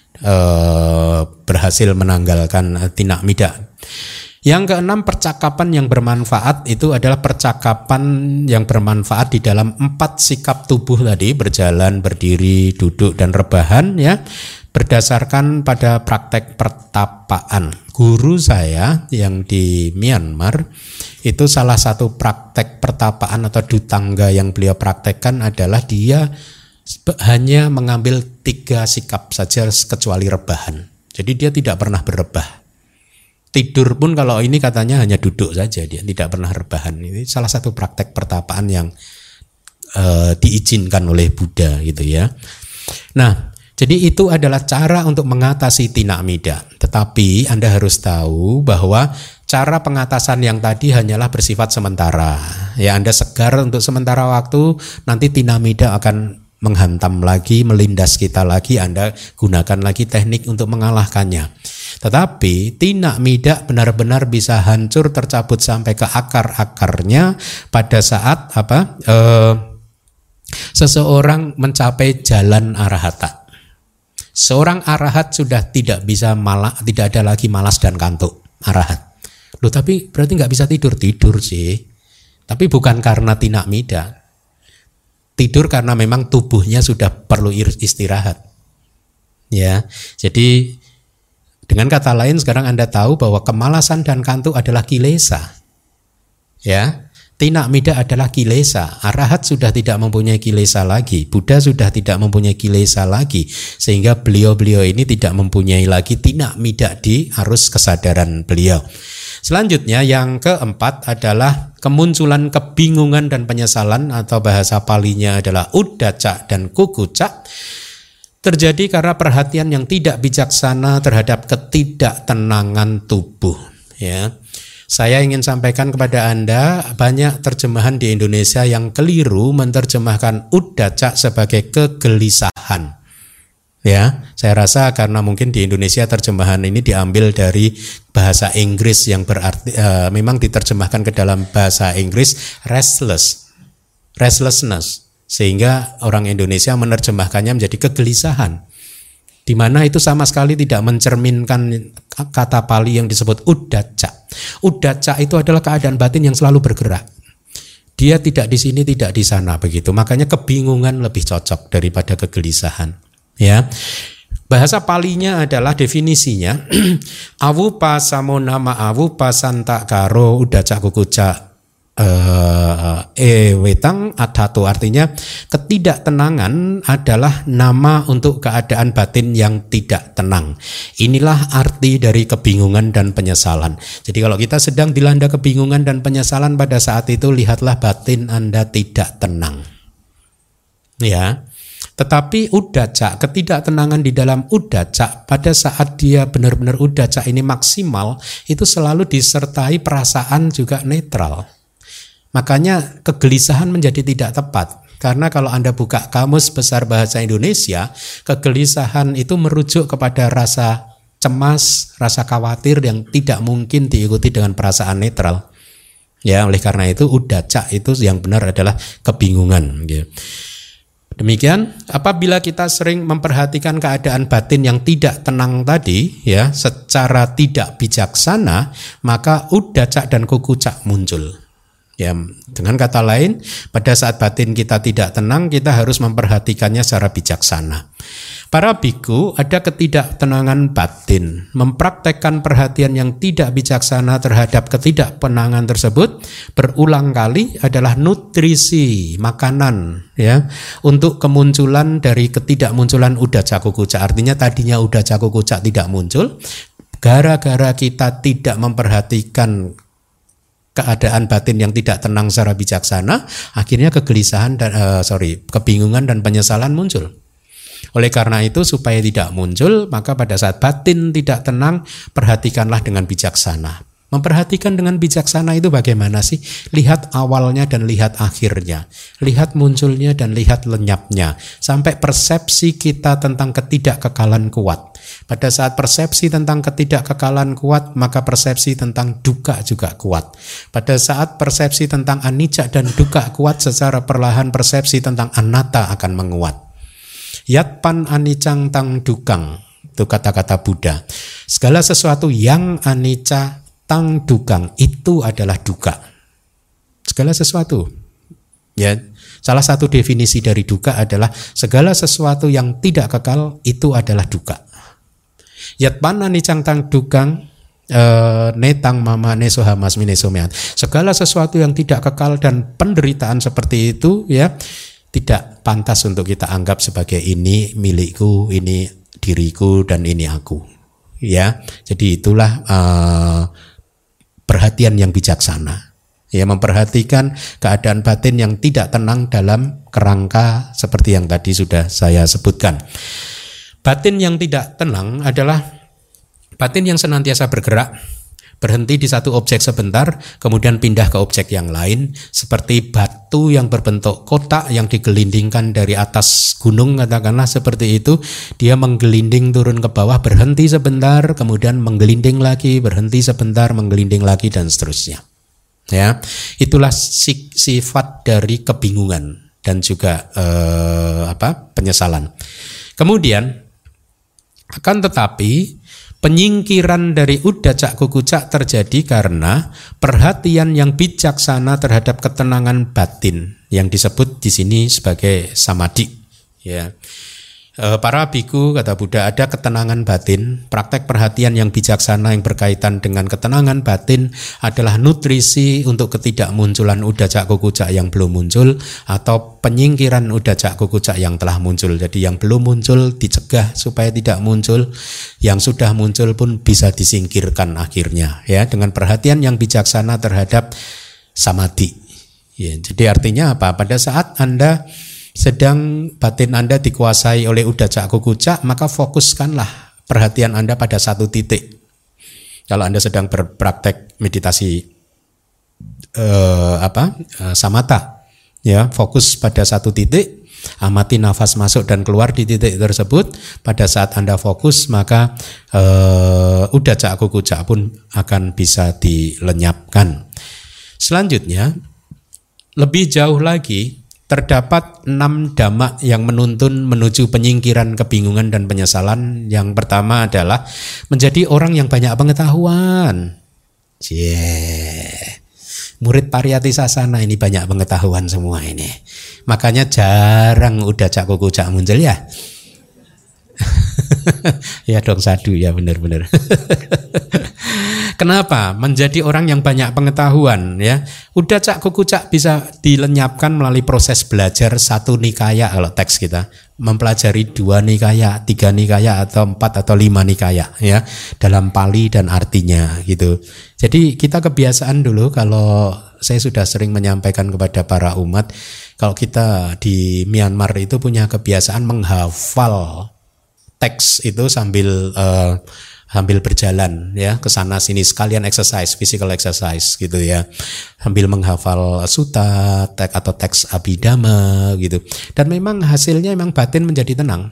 uh, berhasil menanggalkan uh, tinak mida. Yang keenam, percakapan yang bermanfaat itu adalah percakapan yang bermanfaat di dalam empat sikap tubuh tadi, berjalan, berdiri, duduk, dan rebahan ya, berdasarkan pada praktek pertapaan. Guru saya yang di Myanmar itu salah satu praktek pertapaan atau dutangga yang beliau praktekkan adalah dia hanya mengambil tiga sikap saja kecuali rebahan. Jadi dia tidak pernah berrebah. Tidur pun kalau ini katanya hanya duduk saja, dia tidak pernah rebahan. Ini salah satu praktek pertapaan yang uh, diizinkan oleh Buddha gitu ya. Nah, jadi itu adalah cara untuk mengatasi tinak mida. Tetapi Anda harus tahu bahwa cara pengatasan yang tadi hanyalah bersifat sementara. Ya, Anda segar untuk sementara waktu, nanti tinak mida akan menghantam lagi, melindas kita lagi, Anda gunakan lagi teknik untuk mengalahkannya. Tetapi tinak midak benar-benar bisa hancur, tercabut sampai ke akar-akarnya pada saat apa? Eh, seseorang mencapai jalan arahata. Seorang arahat sudah tidak bisa malah, tidak ada lagi malas dan kantuk. Arahat. Loh, tapi berarti nggak bisa tidur tidur sih. Tapi bukan karena tinak midak. Tidur karena memang tubuhnya sudah perlu istirahat. Ya, jadi dengan kata lain sekarang Anda tahu bahwa kemalasan dan kantuk adalah kilesa. Ya, tinak midak adalah kilesa. Arahat sudah tidak mempunyai kilesa lagi. Buddha sudah tidak mempunyai kilesa lagi, sehingga beliau-beliau ini tidak mempunyai lagi tinak midak di arus kesadaran beliau. Selanjutnya yang keempat adalah kemunculan kebingungan dan penyesalan, atau bahasa palinya adalah uddaca dan kukuca. Terjadi karena perhatian yang tidak bijaksana terhadap ketidaktenangan tubuh. Ya, saya ingin sampaikan kepada Anda, banyak terjemahan di Indonesia yang keliru menerjemahkan uddaca sebagai kegelisahan. Ya, saya rasa karena mungkin di Indonesia terjemahan ini diambil dari bahasa Inggris yang berarti uh, memang diterjemahkan ke dalam bahasa Inggris restless, restlessness, sehingga orang Indonesia menerjemahkannya menjadi kegelisahan, di mana itu sama sekali tidak mencerminkan kata Pali yang disebut uddaca. Uddaca itu adalah keadaan batin yang selalu bergerak. Dia tidak di sini, tidak di sana, begitu. Makanya kebingungan lebih cocok daripada kegelisahan. Ya, bahasa Palinya adalah definisinya awupa samonama awupa santa karo uddaca kukuca e wetang adhato, artinya ketidaktenangan adalah nama untuk keadaan batin yang tidak tenang. Inilah arti dari kebingungan dan penyesalan. Jadi kalau kita sedang dilanda kebingungan dan penyesalan pada saat itu, lihatlah batin Anda tidak tenang. Ya. Tetapi uddaca, ketidaktenangan di dalam uddaca, pada saat dia benar-benar uddaca ini maksimal, itu selalu disertai perasaan juga netral. Makanya kegelisahan menjadi tidak tepat. Karena kalau Anda buka Kamus Besar Bahasa Indonesia, kegelisahan itu merujuk kepada rasa cemas, rasa khawatir yang tidak mungkin diikuti dengan perasaan netral. Ya, oleh karena itu uddaca itu yang benar adalah kebingungan, gitu. Demikian, apabila kita sering memperhatikan keadaan batin yang tidak tenang tadi, ya, secara tidak bijaksana, maka uddaca dan kukuca muncul. Ya, dengan kata lain, pada saat batin kita tidak tenang, kita harus memperhatikannya secara bijaksana. Para biku, ada ketidaktenangan batin. Mempraktekkan perhatian yang tidak bijaksana terhadap ketidaktenangan tersebut berulang kali adalah nutrisi, makanan, ya, untuk kemunculan dari ketidakmunculan uddaca kukuca. Artinya tadinya uddaca kukuca tidak muncul, gara-gara kita tidak memperhatikan keadaan batin yang tidak tenang secara bijaksana, akhirnya kegelisahan dan uh, sorry, kebingungan dan penyesalan muncul. Oleh karena itu, supaya tidak muncul, maka pada saat batin tidak tenang, perhatikanlah dengan bijaksana. Memperhatikan dengan bijaksana itu bagaimana sih? Lihat awalnya dan lihat akhirnya. Lihat munculnya dan lihat lenyapnya. Sampai persepsi kita tentang ketidakkekalan kuat. Pada saat persepsi tentang ketidakkekalan kuat, maka persepsi tentang duka juga kuat. Pada saat persepsi tentang anicca dan duka kuat, secara perlahan persepsi tentang anatta akan menguat. Yatpan anicang tang dukang, itu kata-kata Buddha. Segala sesuatu yang anicca tang dukang itu adalah duka. Segala sesuatu. Ya, salah satu definisi dari duka adalah segala sesuatu yang tidak kekal itu adalah duka. Yatpan anicang tang dukang Uh, netang mama nesohamas minesomean. Segala sesuatu yang tidak kekal dan penderitaan seperti itu, ya, tidak pantas untuk kita anggap sebagai ini milikku, ini diriku, dan ini aku. Ya, jadi itulah uh, perhatian yang bijaksana. Ya, memperhatikan keadaan batin yang tidak tenang dalam kerangka seperti yang tadi sudah saya sebutkan. Batin yang tidak tenang adalah batin yang senantiasa bergerak, Berhenti di satu objek sebentar, kemudian pindah ke objek yang lain, seperti batu yang berbentuk kotak yang digelindingkan dari atas gunung, katakanlah seperti itu. Dia menggelinding turun ke bawah, berhenti sebentar, kemudian menggelinding lagi, berhenti sebentar, menggelinding lagi, dan seterusnya. Ya, itulah sifat dari kebingungan dan juga eh, apa penyesalan. Kemudian akan tetapi penyingkiran dari uddhacca kukucca terjadi karena perhatian yang bijaksana terhadap ketenangan batin yang disebut di sini sebagai samadhi. Ya, e, para biku kata Buddha, ada ketenangan batin. Praktek perhatian yang bijaksana yang berkaitan dengan ketenangan batin adalah nutrisi untuk ketidakmunculan uddhacca kukucca yang belum muncul atau penyingkiran uddhacca kukucca yang telah muncul. Jadi yang belum muncul dicegah supaya tidak muncul, yang sudah muncul pun bisa disingkirkan akhirnya, ya, dengan perhatian yang bijaksana terhadap samadhi. Ya, jadi artinya apa? Pada saat Anda sedang batin Anda dikuasai oleh uddhacca kukucca, maka fokuskanlah perhatian Anda pada satu titik. Kalau Anda sedang berpraktek meditasi eh, apa eh, samatha, ya, fokus pada satu titik, amati nafas masuk dan keluar di titik tersebut. Pada saat Anda fokus, maka eh, uddhacca kukucca pun akan bisa dilenyapkan. Selanjutnya, lebih jauh lagi, terdapat enam dhamma yang menuntun menuju penyingkiran kebingungan dan penyesalan. Yang pertama adalah menjadi orang yang banyak pengetahuan. Yeah. Murid Pariyati Sasana ini banyak pengetahuan semua ini. Makanya jarang uddhacca kukucca muncul, ya. Ya dong, sadu, ya benar-benar. Kenapa? Menjadi orang yang banyak pengetahuan, ya. Uddhacca kukucca bisa dilenyapkan melalui proses belajar satu nikaya. Kalau teks kita mempelajari dua nikaya, tiga nikaya, atau empat atau lima nikaya, ya, dalam Pali dan artinya gitu. Jadi kita kebiasaan dulu, kalau saya sudah sering menyampaikan kepada para umat, kalau kita di Myanmar itu punya kebiasaan menghafal teks itu sambil uh, sambil berjalan, ya, ke sana sini, sekalian exercise, physical exercise gitu, ya, sambil menghafal sutta teks atau teks Abhidhamma gitu. Dan memang hasilnya memang batin menjadi tenang.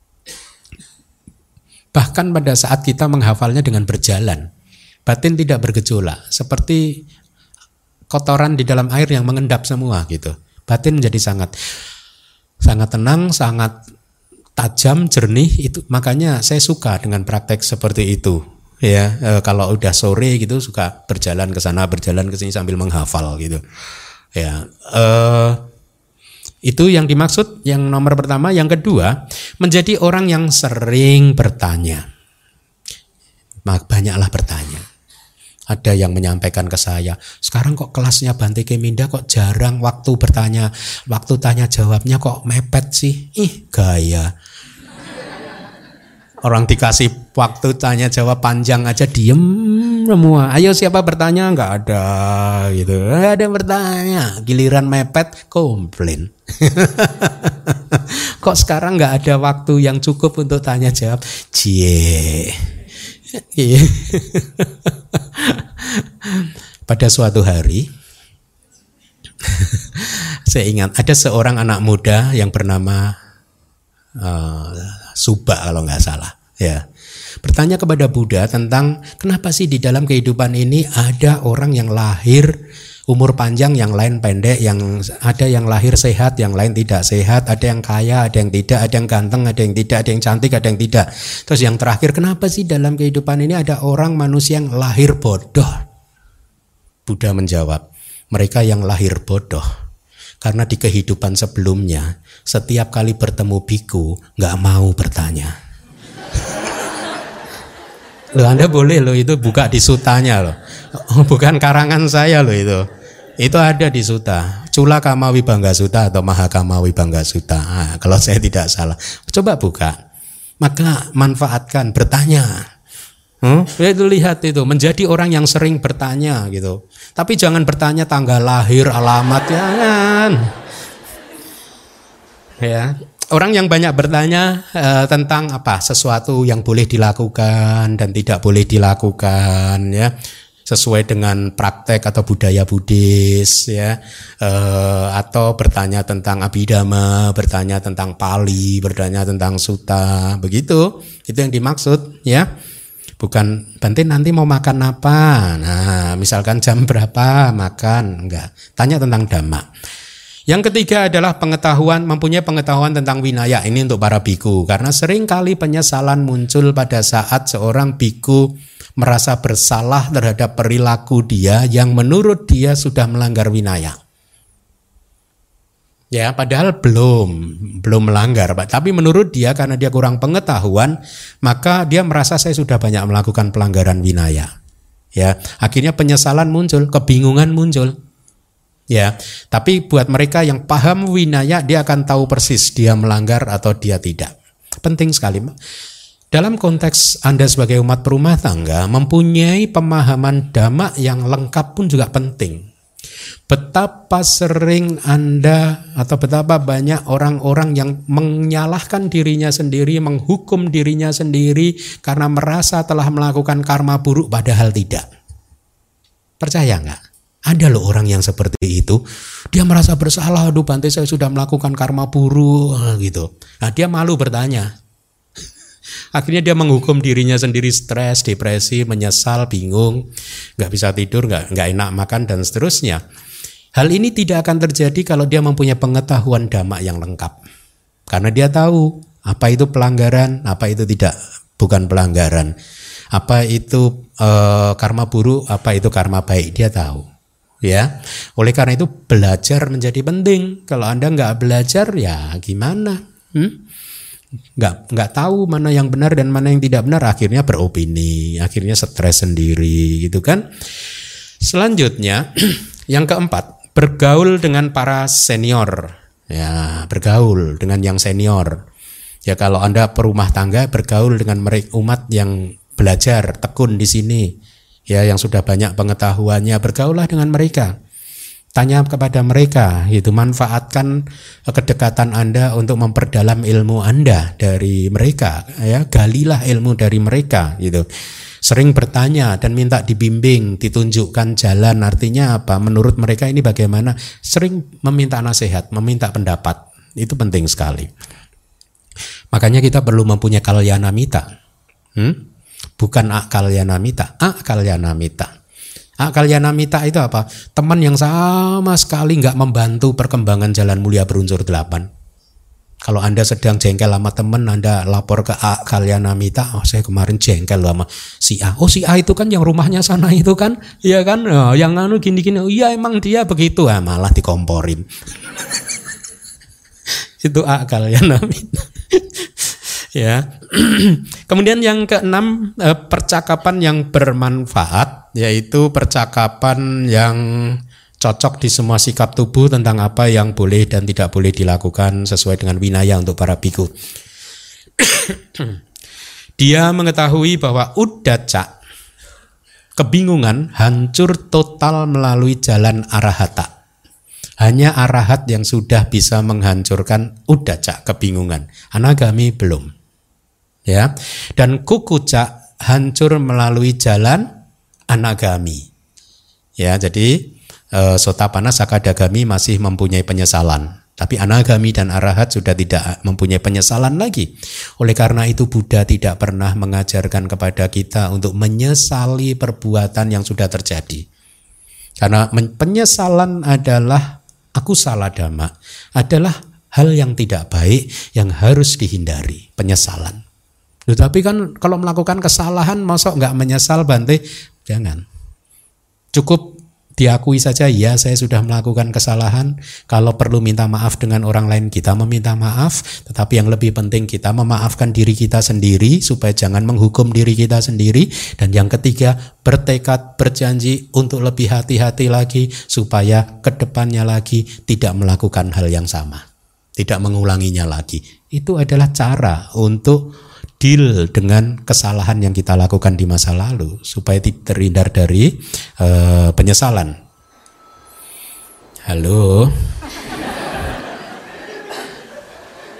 Bahkan pada saat kita menghafalnya dengan berjalan, batin tidak bergejolak, seperti kotoran di dalam air yang mengendap semua gitu. Batin menjadi sangat sangat tenang, sangat tajam, jernih itu. Makanya saya suka dengan praktek seperti itu, ya. E, kalau udah sore gitu suka berjalan ke sana, berjalan ke sini sambil menghafal gitu, ya. E, itu yang dimaksud yang nomor pertama. Yang kedua, menjadi orang yang sering bertanya. Banyaklah bertanya. Ada yang menyampaikan ke saya, sekarang kok kelasnya Bante Keminda kok jarang waktu bertanya, waktu tanya jawabnya kok mepet sih. Ih, gaya. Orang dikasih waktu tanya jawab panjang aja diem semua. Ayo siapa bertanya? Nggak ada gitu. Nggak ada yang bertanya. Giliran mepet komplain. Kok sekarang nggak ada waktu yang cukup untuk tanya jawab? Cie. Pada suatu hari saya ingat ada seorang anak muda yang bernama uh, Subba kalau nggak salah, ya, bertanya kepada Buddha tentang kenapa sih di dalam kehidupan ini ada orang yang lahir umur panjang, yang lain pendek, yang ada yang lahir sehat, yang lain tidak sehat, ada yang kaya, ada yang tidak, ada yang ganteng, ada yang tidak, ada yang cantik, ada yang tidak. Terus yang terakhir, kenapa sih dalam kehidupan ini ada orang manusia yang lahir bodoh? Buddha menjawab, mereka yang lahir bodoh karena di kehidupan sebelumnya setiap kali bertemu biku nggak mau bertanya. Loh, Anda boleh loh itu buka di sutanya loh, bukan karangan saya loh itu. Itu ada di Sutta, Cula Kama Vibhangga Sutta atau Mahakama Vibhangga Sutta. Nah, kalau saya tidak salah, coba buka. Maka manfaatkan bertanya. Hmm? Itu lihat itu, menjadi orang yang sering bertanya gitu. Tapi jangan bertanya tanggal lahir, alamat, jangan. Ya, orang yang banyak bertanya uh, tentang apa sesuatu yang boleh dilakukan dan tidak boleh dilakukan, ya. sesuai dengan praktek atau budaya Buddhis ya, eh, atau bertanya tentang Abhidhamma, bertanya tentang Pali, bertanya tentang Sutta, begitu. Itu yang dimaksud ya. Bukan Bante nanti mau makan apa. Nah, misalkan jam berapa makan, enggak. Tanya tentang Dhamma. Yang ketiga adalah pengetahuan, mempunyai pengetahuan tentang winaya. Ini untuk para biku, karena seringkali penyesalan muncul pada saat seorang biku merasa bersalah terhadap perilaku dia yang menurut dia sudah melanggar winaya. Ya, padahal belum, belum melanggar, Pak. Tapi menurut dia karena dia kurang pengetahuan, maka dia merasa saya sudah banyak melakukan pelanggaran winaya. Ya, akhirnya penyesalan muncul, kebingungan muncul. Ya, tapi buat mereka yang paham winaya, dia akan tahu persis dia melanggar atau dia tidak. Penting sekali. Dalam konteks Anda sebagai umat berumah tangga, mempunyai pemahaman Dhamma yang lengkap pun juga penting. Betapa sering Anda atau betapa banyak orang-orang yang menyalahkan dirinya sendiri, menghukum dirinya sendiri karena merasa telah melakukan karma buruk padahal tidak. Percaya nggak? Ada loh orang yang seperti itu. Dia merasa bersalah, aduh Bante saya sudah melakukan karma buruk gitu. Nah, dia malu bertanya. Akhirnya dia menghukum dirinya sendiri, stres, depresi, menyesal, bingung, nggak bisa tidur, nggak nggak enak makan dan seterusnya. Hal ini tidak akan terjadi kalau dia mempunyai pengetahuan Dhamma yang lengkap. Karena dia tahu apa itu pelanggaran, apa itu tidak, bukan pelanggaran. Apa itu e, karma buruk, apa itu karma baik, dia tahu. Ya, oleh karena itu belajar menjadi penting. Kalau Anda nggak belajar, ya gimana? Hmm? nggak nggak tahu mana yang benar dan mana yang tidak benar, akhirnya beropini, akhirnya stres sendiri gitu kan. Selanjutnya yang keempat, bergaul dengan para senior. Ya, bergaul dengan yang senior. Ya, kalau Anda perumah tangga, bergaul dengan mereka umat yang belajar tekun di sini. Ya, yang sudah banyak pengetahuannya, bergaullah dengan mereka. Tanya kepada mereka, itu manfaatkan kedekatan Anda untuk memperdalam ilmu Anda dari mereka, ya, galilah ilmu dari mereka, gitu. Sering bertanya dan minta dibimbing, ditunjukkan jalan, artinya apa? Menurut mereka ini bagaimana? Sering meminta nasihat, meminta pendapat, itu penting sekali. Makanya kita perlu mempunyai kalyanamita, hmm? bukan akalyanamita, akalyanamita. Ah, kalyanamita itu apa? Teman yang sama sekali nggak membantu perkembangan jalan mulia berunsur delapan. Kalau Anda sedang jengkel sama teman, Anda lapor ke A kalyanamita, oh saya kemarin jengkel sama si A. Oh si A itu kan yang rumahnya sana itu kan, iya kan? Oh, yang anu gini-gini, oh, iya emang dia begitu, ah, malah dikomporin. Itu A kalyanamita. Ya. Kemudian yang keenam, percakapan yang bermanfaat, yaitu percakapan yang cocok di semua sikap tubuh tentang apa yang boleh dan tidak boleh dilakukan sesuai dengan winaya untuk para biku. Dia mengetahui bahwa uddacca, kebingungan, hancur total melalui jalan arahata. Hanya arahat yang sudah bisa menghancurkan uddacca, kebingungan. Anagami belum. Ya, dan kukuca hancur melalui jalan anagami. Ya, jadi e, Sotapanna Sakadagami masih mempunyai penyesalan, tapi anagami dan arahat sudah tidak mempunyai penyesalan lagi. Oleh karena itu Buddha tidak pernah mengajarkan kepada kita untuk menyesali perbuatan yang sudah terjadi. Karena penyesalan adalah akusala dhamma, adalah hal yang tidak baik yang harus dihindari, penyesalan. Tetapi kan kalau melakukan kesalahan, masa nggak menyesal Bante? Jangan. Cukup diakui saja, ya saya sudah melakukan kesalahan. Kalau perlu minta maaf dengan orang lain, kita meminta maaf. Tetapi yang lebih penting kita memaafkan diri kita sendiri, supaya jangan menghukum diri kita sendiri. Dan yang ketiga, bertekad, berjanji untuk lebih hati-hati lagi, supaya kedepannya lagi tidak melakukan hal yang sama, tidak mengulanginya lagi. Itu adalah cara untuk deal dengan kesalahan yang kita lakukan di masa lalu, supaya terhindar dari uh, penyesalan. Halo.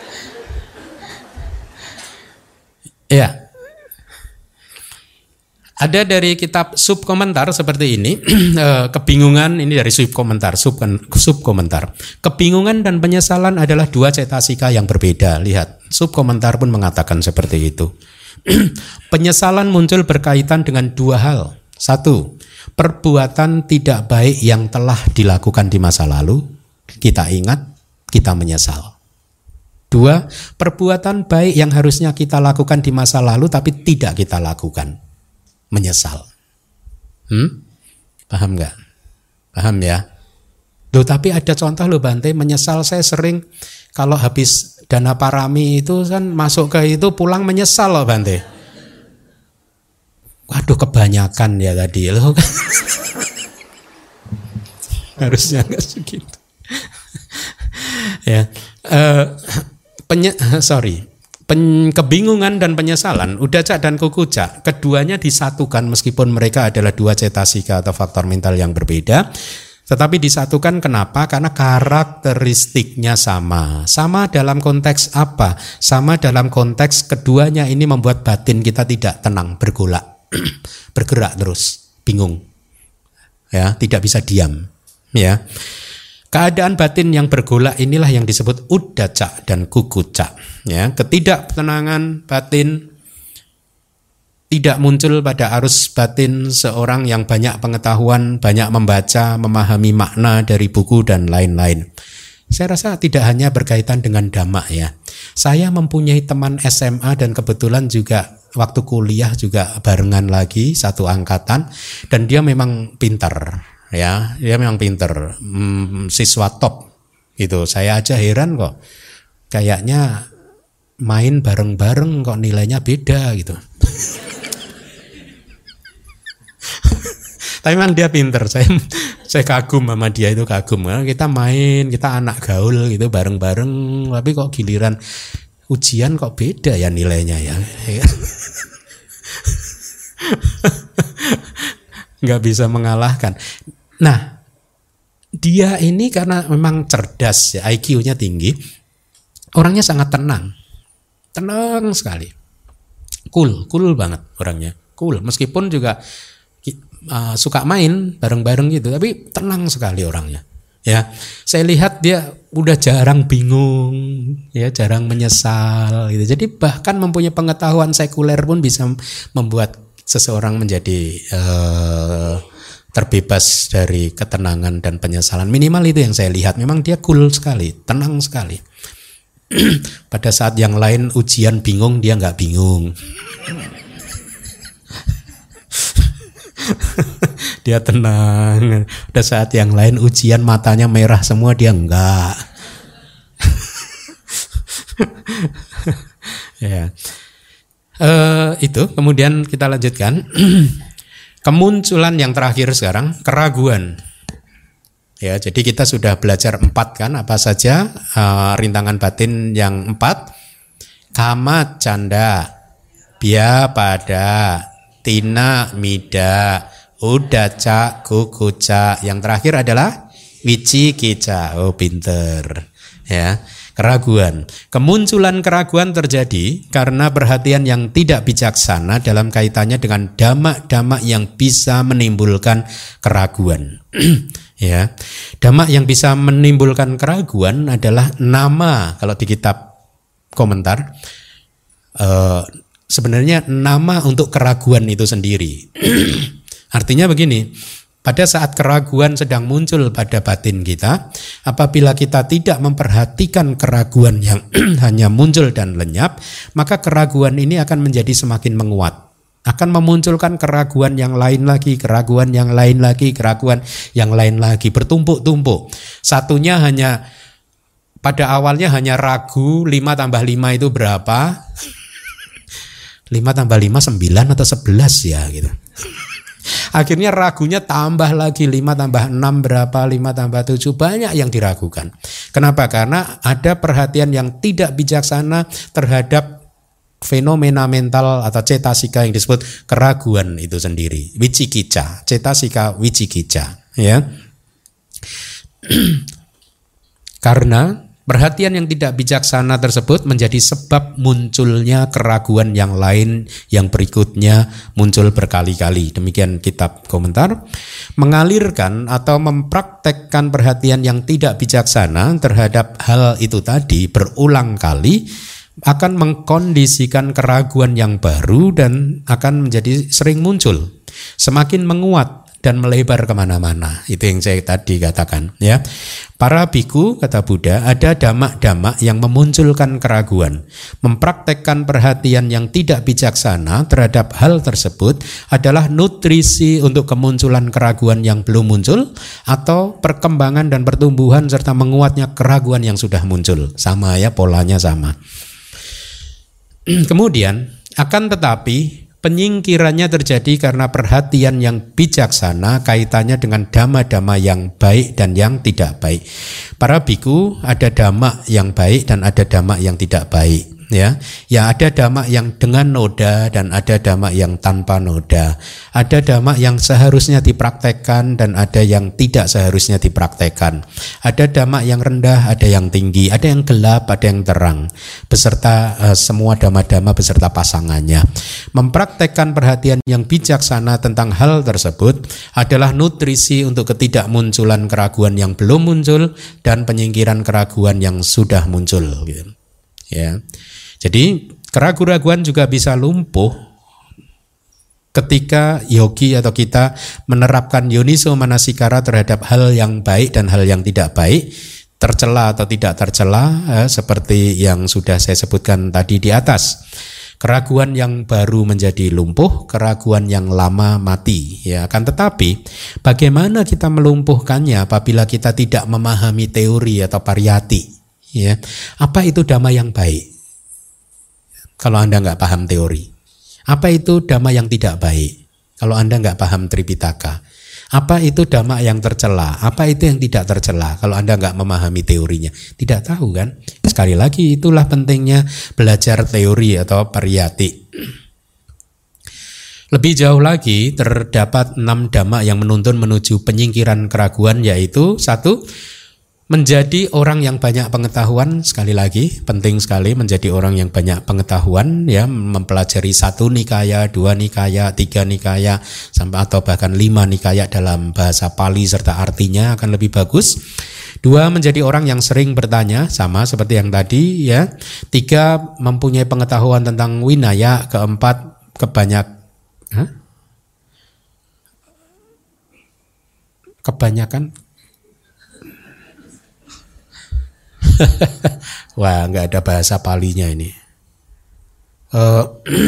Ya. Ada dari kitab subkomentar seperti ini, kebingungan ini dari subkomentar, sub subkomentar. Kebingungan dan penyesalan adalah dua cetasika yang berbeda. Lihat, subkomentar pun mengatakan seperti itu. Penyesalan muncul berkaitan dengan dua hal. Satu, perbuatan tidak baik yang telah dilakukan di masa lalu, kita ingat, kita menyesal. Dua, perbuatan baik yang harusnya kita lakukan di masa lalu tapi tidak kita lakukan, menyesal. Hmm? Paham nggak? Paham ya? Loh, tapi ada contoh loh Bante, menyesal. Saya sering kalau habis dana parami itu kan masuk ke itu pulang menyesal loh Bante. Waduh, kebanyakan ya tadi loh. Harusnya nggak segitu. Ya, uh, penye, sorry. Pen, kebingungan dan penyesalan, udacak dan kukucak, keduanya disatukan meskipun mereka adalah dua cetasika atau faktor mental yang berbeda, tetapi disatukan kenapa? Karena karakteristiknya sama. Sama dalam konteks apa? Sama dalam konteks keduanya ini membuat batin kita tidak tenang, bergolak, bergerak terus, bingung, ya, tidak bisa diam, ya. Keadaan batin yang bergolak inilah yang disebut udacak dan kukucak. Ya, ketidaktenangan batin tidak muncul pada arus batin seorang yang banyak pengetahuan, banyak membaca, memahami makna dari buku dan lain-lain. Saya rasa tidak hanya berkaitan dengan dhamma ya. Saya mempunyai teman S M A dan kebetulan juga waktu kuliah juga barengan lagi satu angkatan dan dia memang pintar. Ya, dia memang pinter, hmm, siswa top gitu. Saya aja heran kok, kayaknya main bareng-bareng kok nilainya beda gitu. Tapi memang dia pinter. Saya saya kagum sama dia, itu kagum. Kita main, kita anak gaul gitu bareng-bareng, tapi kok giliran ujian kok beda ya nilainya ya. Nggak bisa mengalahkan. Nah, dia ini karena memang cerdas ya, I Q-nya tinggi, orangnya sangat tenang, tenang sekali, cool, cool banget orangnya, cool. Meskipun juga uh, suka main bareng-bareng gitu, tapi tenang sekali orangnya. Ya, saya lihat dia udah jarang bingung, ya jarang menyesal gitu. Jadi bahkan mempunyai pengetahuan sekuler pun bisa membuat seseorang menjadi uh, terbebas dari ketenangan dan penyesalan. Minimal itu yang saya lihat. Memang dia cool sekali, tenang sekali. Pada saat yang lain ujian bingung, dia nggak bingung. Dia tenang. Pada saat yang lain ujian matanya merah semua, dia enggak. Ya, uh, itu. Kemudian kita lanjutkan. Kemunculan yang terakhir sekarang, keraguan. Ya, jadi kita sudah belajar empat kan, apa saja uh, rintangan batin yang empat. Kama canda, bia pada, tina mida, udaca kukuca. Yang terakhir adalah wicikica. Oh, pinter. Ya. Keraguan. Kemunculan keraguan terjadi karena perhatian yang tidak bijaksana dalam kaitannya dengan dhamma-dhamma yang bisa menimbulkan keraguan. Ya, dhamma yang bisa menimbulkan keraguan adalah nama. Kalau di kitab komentar, eh, sebenarnya nama untuk keraguan itu sendiri. Artinya begini. Pada saat keraguan sedang muncul pada batin kita, apabila kita tidak memperhatikan keraguan yang hanya muncul dan lenyap, maka keraguan ini akan menjadi semakin menguat. Akan memunculkan keraguan yang lain lagi, keraguan yang lain lagi, keraguan yang lain lagi, bertumpuk-tumpuk. Satunya hanya, pada awalnya hanya ragu, lima tambah lima itu berapa? lima tambah lima, sembilan atau sebelas ya gitu. Akhirnya ragunya tambah lagi, lima tambah enam berapa, lima tambah tujuh, banyak yang diragukan. Kenapa? Karena ada perhatian yang tidak bijaksana terhadap fenomena mental atau cetasika yang disebut keraguan itu sendiri. Wicikica, cetasika wicikica, ya. Karena Perhatian yang tidak bijaksana tersebut menjadi sebab munculnya keraguan yang lain yang berikutnya muncul berkali-kali. Demikian kitab komentar. Mengalirkan atau mempraktekkan perhatian yang tidak bijaksana terhadap hal itu tadi berulang kali akan mengkondisikan keraguan yang baru dan akan menjadi sering muncul. Semakin menguat dan melebar kemana-mana. Itu yang saya tadi katakan, ya. Para biku, kata Buddha, ada damak-damak yang memunculkan keraguan. Mempraktekkan perhatian yang tidak bijaksana terhadap hal tersebut adalah nutrisi untuk kemunculan keraguan yang belum muncul atau perkembangan dan pertumbuhan serta menguatnya keraguan yang sudah muncul. Sama ya, polanya sama. Kemudian, akan tetapi penyingkirannya terjadi karena perhatian yang bijaksana kaitannya dengan dhamma-dhamma yang baik dan yang tidak baik. Para biku, ada dhamma yang baik dan ada dhamma yang tidak baik. Ya, ya ada dhamma yang dengan noda dan ada dhamma yang tanpa noda. Ada dhamma yang seharusnya dipraktekkan dan ada yang tidak seharusnya dipraktekkan. Ada dhamma yang rendah, ada yang tinggi, ada yang gelap, ada yang terang. Beserta uh, semua dhamma-dhamma beserta pasangannya. Mempraktekkan perhatian yang bijaksana tentang hal tersebut adalah nutrisi untuk ketidakmunculan keraguan yang belum muncul dan penyingkiran keraguan yang sudah muncul. Gitu. Ya. Jadi keraguan-keraguan juga bisa lumpuh ketika yogi atau kita menerapkan yoniso manasikara terhadap hal yang baik dan hal yang tidak baik, tercela atau tidak tercela, eh, seperti yang sudah saya sebutkan tadi di atas. Keraguan yang baru menjadi lumpuh, keraguan yang lama mati. Ya, akan tetapi bagaimana kita melumpuhkannya apabila kita tidak memahami teori atau pariyati? Ya, apa itu dhamma yang baik? Kalau Anda nggak paham teori. Apa itu dhamma yang tidak baik? Kalau Anda nggak paham Tripitaka. Apa itu dhamma yang tercela? Apa itu yang tidak tercela? Kalau Anda nggak memahami teorinya. Tidak tahu kan? Sekali lagi itulah pentingnya belajar teori atau pariyati. Lebih jauh lagi terdapat enam dhamma yang menuntun menuju penyingkiran keraguan, yaitu satu, menjadi orang yang banyak pengetahuan. Sekali lagi penting sekali menjadi orang yang banyak pengetahuan, ya, mempelajari satu nikaya, dua nikaya, tiga nikaya, sampai atau bahkan lima nikaya dalam bahasa Pali serta artinya akan lebih bagus. Dua, menjadi orang yang sering bertanya, sama seperti yang tadi, ya. Tiga, mempunyai pengetahuan tentang winaya. Keempat, kebanyak huh? kebanyakan wah, nggak ada bahasa Palinya ini. Uh,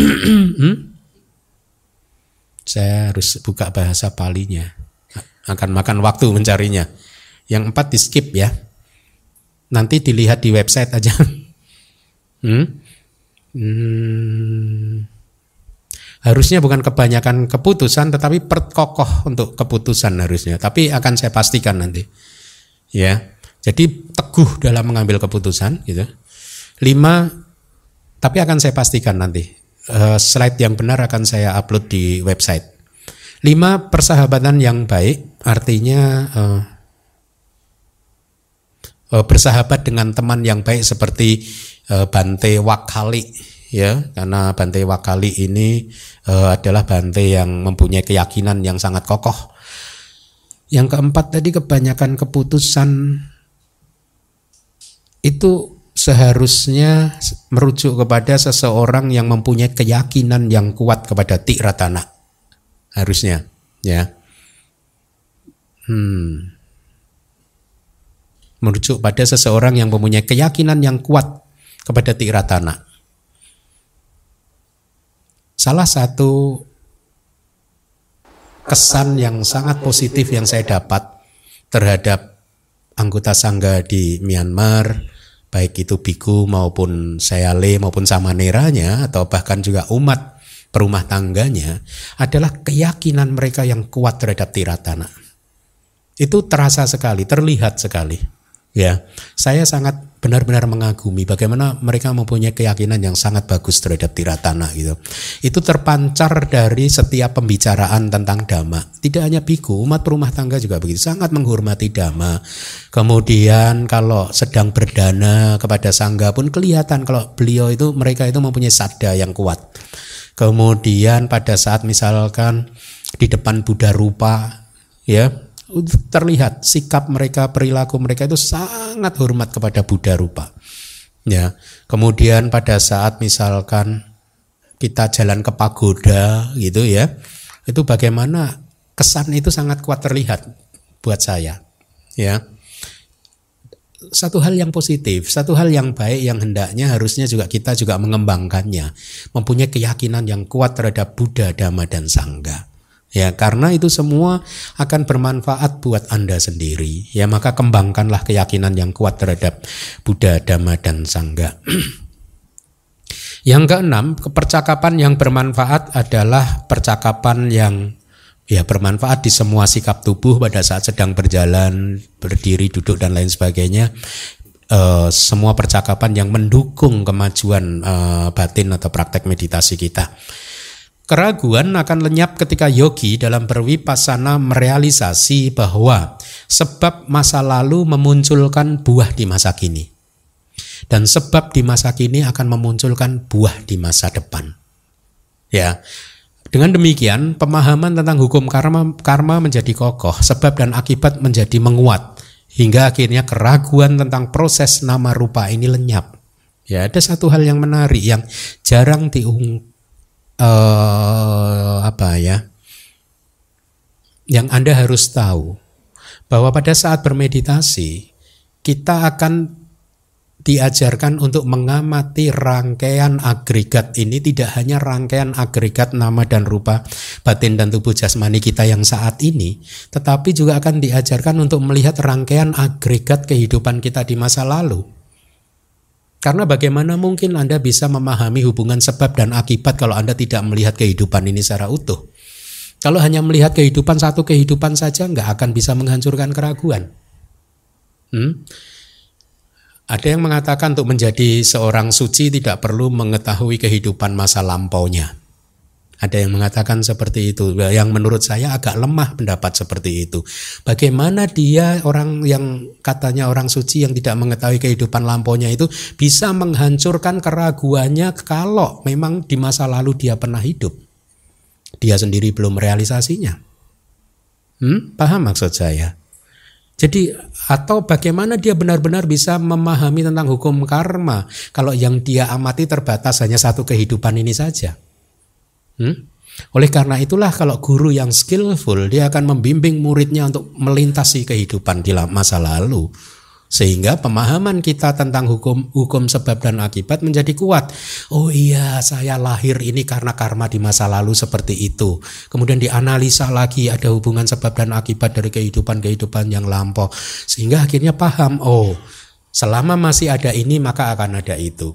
saya harus buka bahasa Palinya. Akan makan waktu mencarinya. Yang empat di skip ya. Nanti dilihat di website aja. hmm? Hmm. Harusnya bukan kebanyakan keputusan, tetapi perkokoh untuk keputusan harusnya. Tapi akan saya pastikan nanti. Ya. Jadi teguh dalam mengambil keputusan gitu. Lima, tapi akan saya pastikan nanti. Uh, slide yang benar akan saya upload di website. Lima, persahabatan yang baik, artinya uh, uh, bersahabat dengan teman yang baik seperti uh, Bante Wakali, ya, karena Bante Wakali ini uh, adalah Bante yang mempunyai keyakinan yang sangat kokoh. Yang keempat tadi, kebanyakan keputusan itu seharusnya merujuk kepada seseorang yang mempunyai keyakinan yang kuat kepada Tiratana. Harusnya, ya. Hmm. Merujuk pada seseorang yang mempunyai keyakinan yang kuat kepada Tiratana. Salah satu kesan yang sangat positif yang saya dapat terhadap anggota sangga di Myanmar, baik itu biku maupun sayale maupun samaneranya atau bahkan juga umat perumah tangganya, adalah keyakinan mereka yang kuat terhadap Tiratana. Itu terasa sekali, terlihat sekali. Ya, saya sangat benar-benar mengagumi bagaimana mereka mempunyai keyakinan yang sangat bagus terhadap tiratana gitu. Itu terpancar dari setiap pembicaraan tentang dhamma. Tidak hanya biku, umat rumah tangga juga begitu, sangat menghormati dhamma. Kemudian kalau sedang berdana kepada sangga pun kelihatan kalau beliau itu, mereka itu mempunyai sadda yang kuat. Kemudian pada saat misalkan di depan Buddha rupa, ya, terlihat sikap mereka, perilaku mereka itu sangat hormat kepada Buddha rupa. Ya, kemudian pada saat misalkan kita jalan ke pagoda gitu ya, itu bagaimana kesan itu sangat kuat terlihat buat saya. Ya, satu hal yang positif, satu hal yang baik yang hendaknya harusnya juga kita juga mengembangkannya, mempunyai keyakinan yang kuat terhadap Buddha, Dhamma dan Sangha. Ya, karena itu semua akan bermanfaat buat Anda sendiri. Ya, maka kembangkanlah keyakinan yang kuat terhadap Buddha, Dhamma dan Sangha. Yang keenam, percakapan yang bermanfaat adalah percakapan yang ya bermanfaat di semua sikap tubuh pada saat sedang berjalan, berdiri, duduk dan lain sebagainya. Uh, semua percakapan yang mendukung kemajuan uh, batin atau praktek meditasi kita. Keraguan akan lenyap ketika yogi dalam berwipasana merealisasi bahwa sebab masa lalu memunculkan buah di masa kini. Dan sebab di masa kini akan memunculkan buah di masa depan. Ya. Dengan demikian, pemahaman tentang hukum karma karma menjadi kokoh, sebab dan akibat menjadi menguat, hingga akhirnya keraguan tentang proses nama rupa ini lenyap. Ya, ada satu hal yang menarik yang jarang diungkapkan. Uh, apa ya yang Anda harus tahu, bahwa pada saat bermeditasi kita akan diajarkan untuk mengamati rangkaian agregat ini, tidak hanya rangkaian agregat nama dan rupa batin dan tubuh jasmani kita yang saat ini, tetapi juga akan diajarkan untuk melihat rangkaian agregat kehidupan kita di masa lalu. Karena bagaimana mungkin Anda bisa memahami hubungan sebab dan akibat kalau Anda tidak melihat kehidupan ini secara utuh. Kalau hanya melihat kehidupan satu kehidupan saja nggak akan bisa menghancurkan keraguan. Hmm? Ada yang mengatakan untuk menjadi seorang suci tidak perlu mengetahui kehidupan masa lampaunya. Ada yang mengatakan seperti itu, yang menurut saya agak lemah pendapat seperti itu. Bagaimana dia orang yang katanya orang suci yang tidak mengetahui kehidupan lampaunya itu bisa menghancurkan keraguannya kalau memang di masa lalu dia pernah hidup. Dia sendiri belum realisasinya. Hmm? Paham maksud saya? Jadi atau bagaimana dia benar-benar bisa memahami tentang hukum karma kalau yang dia amati terbatas hanya satu kehidupan ini saja. Hmm? Oleh karena itulah kalau guru yang skillful, dia akan membimbing muridnya untuk melintasi kehidupan di masa lalu, sehingga pemahaman kita tentang hukum hukum sebab dan akibat menjadi kuat. Oh iya, saya lahir ini karena karma di masa lalu seperti itu. Kemudian dianalisa lagi ada hubungan sebab dan akibat dari kehidupan-kehidupan yang lampau, sehingga akhirnya paham, oh selama masih ada ini maka akan ada itu.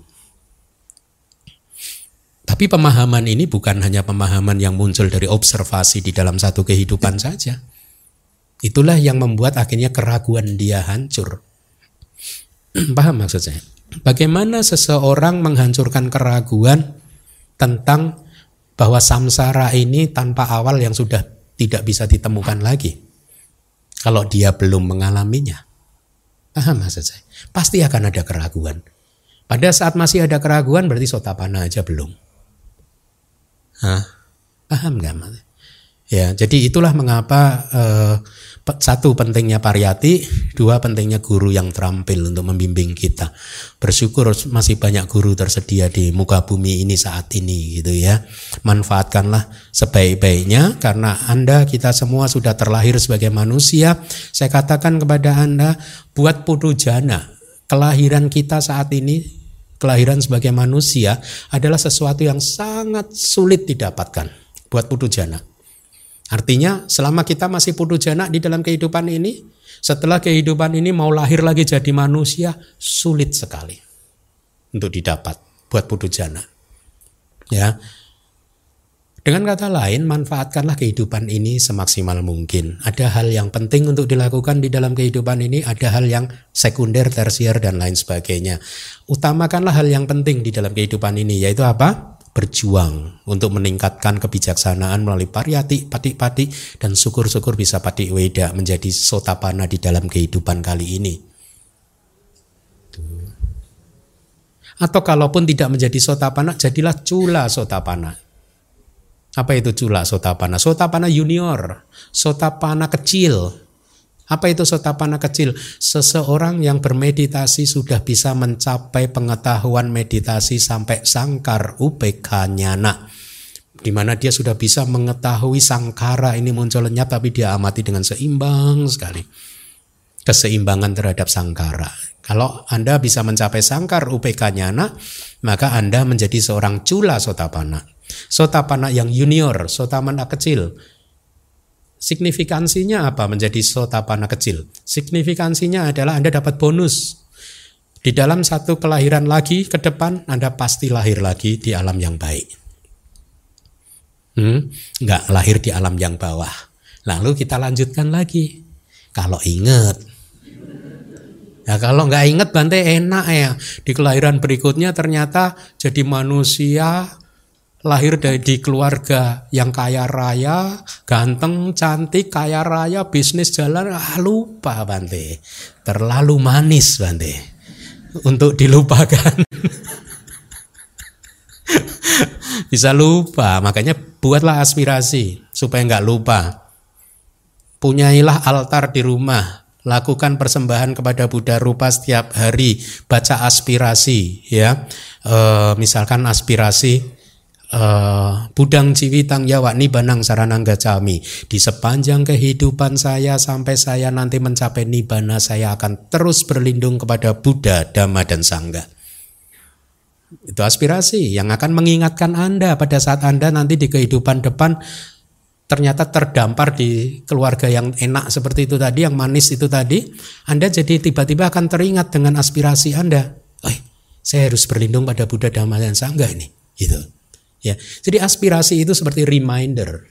Tapi pemahaman ini bukan hanya pemahaman yang muncul dari observasi di dalam satu kehidupan saja. Itulah yang membuat akhirnya keraguan dia hancur. Paham maksud saya? Bagaimana seseorang menghancurkan keraguan tentang bahwa samsara ini tanpa awal yang sudah tidak bisa ditemukan lagi kalau dia belum mengalaminya? Paham maksud saya? Pasti akan ada keraguan. Pada saat masih ada keraguan berarti sotapana aja belum. Hah? Paham gak? Ya, jadi itulah mengapa eh, satu pentingnya pariyati, dua pentingnya guru yang terampil untuk membimbing kita. Bersyukur masih banyak guru tersedia di muka bumi ini saat ini gitu ya. Manfaatkanlah sebaik-baiknya karena Anda kita semua sudah terlahir sebagai manusia. Saya katakan kepada Anda, buat pudujana, kelahiran kita saat ini, kelahiran sebagai manusia adalah sesuatu yang sangat sulit didapatkan buat pudujana. Artinya selama kita masih pudujana di dalam kehidupan ini, setelah kehidupan ini mau lahir lagi jadi manusia, sulit sekali untuk didapat buat pudujana. Ya. Dengan kata lain, manfaatkanlah kehidupan ini semaksimal mungkin. Ada hal yang penting untuk dilakukan di dalam kehidupan ini, ada hal yang sekunder, tersier, dan lain sebagainya. Utamakanlah hal yang penting di dalam kehidupan ini, yaitu apa? Berjuang untuk meningkatkan kebijaksanaan melalui pariyati, pati-pati, dan syukur-syukur bisa pati weda menjadi sotapana di dalam kehidupan kali ini. Atau kalaupun tidak menjadi sotapana, jadilah cula sotapana. Apa itu cula sotapana? Sotapana junior, sotapana kecil. Apa itu sotapana kecil? Seseorang yang bermeditasi sudah bisa mencapai pengetahuan meditasi sampai sangkar upekha nyana, di mana dia sudah bisa mengetahui sangkara ini muncul lenyap, tapi dia amati dengan seimbang sekali. Keseimbangan terhadap sangkara. Kalau Anda bisa mencapai sangkar upekha nyana, maka Anda menjadi seorang cula sotapana. Sotapana yang junior, sotapana kecil. Signifikansinya apa menjadi sotapana kecil? Signifikansinya adalah Anda dapat bonus. Di dalam satu kelahiran lagi ke depan, Anda pasti lahir lagi di alam yang baik. Hmm? Enggak lahir di alam yang bawah. Lalu kita lanjutkan lagi. Kalau ingat. Ya kalau nggak ingat Bante enak ya. Di kelahiran berikutnya ternyata jadi manusia, lahir dari di keluarga yang kaya raya, ganteng, cantik, kaya raya, bisnis jalan, ah, lupa Bante. Terlalu manis Bante untuk dilupakan. Bisa lupa, makanya buatlah aspirasi supaya nggak lupa. Punyailah altar di rumah. Lakukan persembahan kepada Buddha Rupa setiap hari. Baca aspirasi, ya. E, misalkan aspirasi e, Budang Jiwitang Yawa Nibanang Saranang Gacami. Di sepanjang kehidupan saya sampai saya nanti mencapai Nibbana, saya akan terus berlindung kepada Buddha, Dhamma, dan Sangha. Itu aspirasi yang akan mengingatkan Anda pada saat Anda nanti di kehidupan depan ternyata terdampar di keluarga yang enak seperti itu tadi, yang manis itu tadi, Anda jadi tiba-tiba akan teringat dengan aspirasi Anda. Oh, saya harus berlindung pada Buddha, Dhamma, dan Sangha ini, gitu. Ya, jadi aspirasi itu seperti reminder.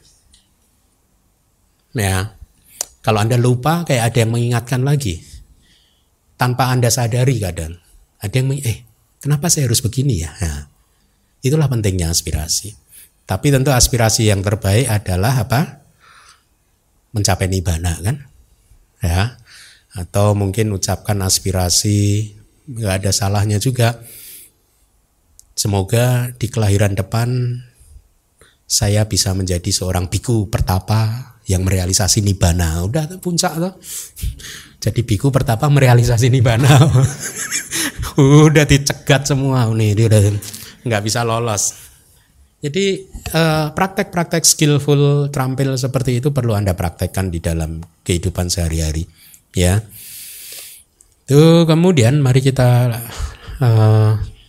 Ya, kalau Anda lupa, kayak ada yang mengingatkan lagi, tanpa Anda sadari kadang. Ada yang, eh, kenapa saya harus begini ya? Nah, itulah pentingnya aspirasi. Tapi tentu aspirasi yang terbaik adalah apa? Mencapai nibbana kan? Ya. Atau mungkin ucapkan aspirasi, enggak ada salahnya juga. Semoga di kelahiran depan saya bisa menjadi seorang biku pertapa yang merealisasi nibbana. Udah puncak tuh. Jadi biku pertapa merealisasi nibbana. Udah dicegat semua nih, dia udah enggak bisa lolos. Jadi eh, praktek-praktek skillful terampil seperti itu perlu Anda praktekkan di dalam kehidupan sehari-hari, ya. Tuh kemudian mari kita eh,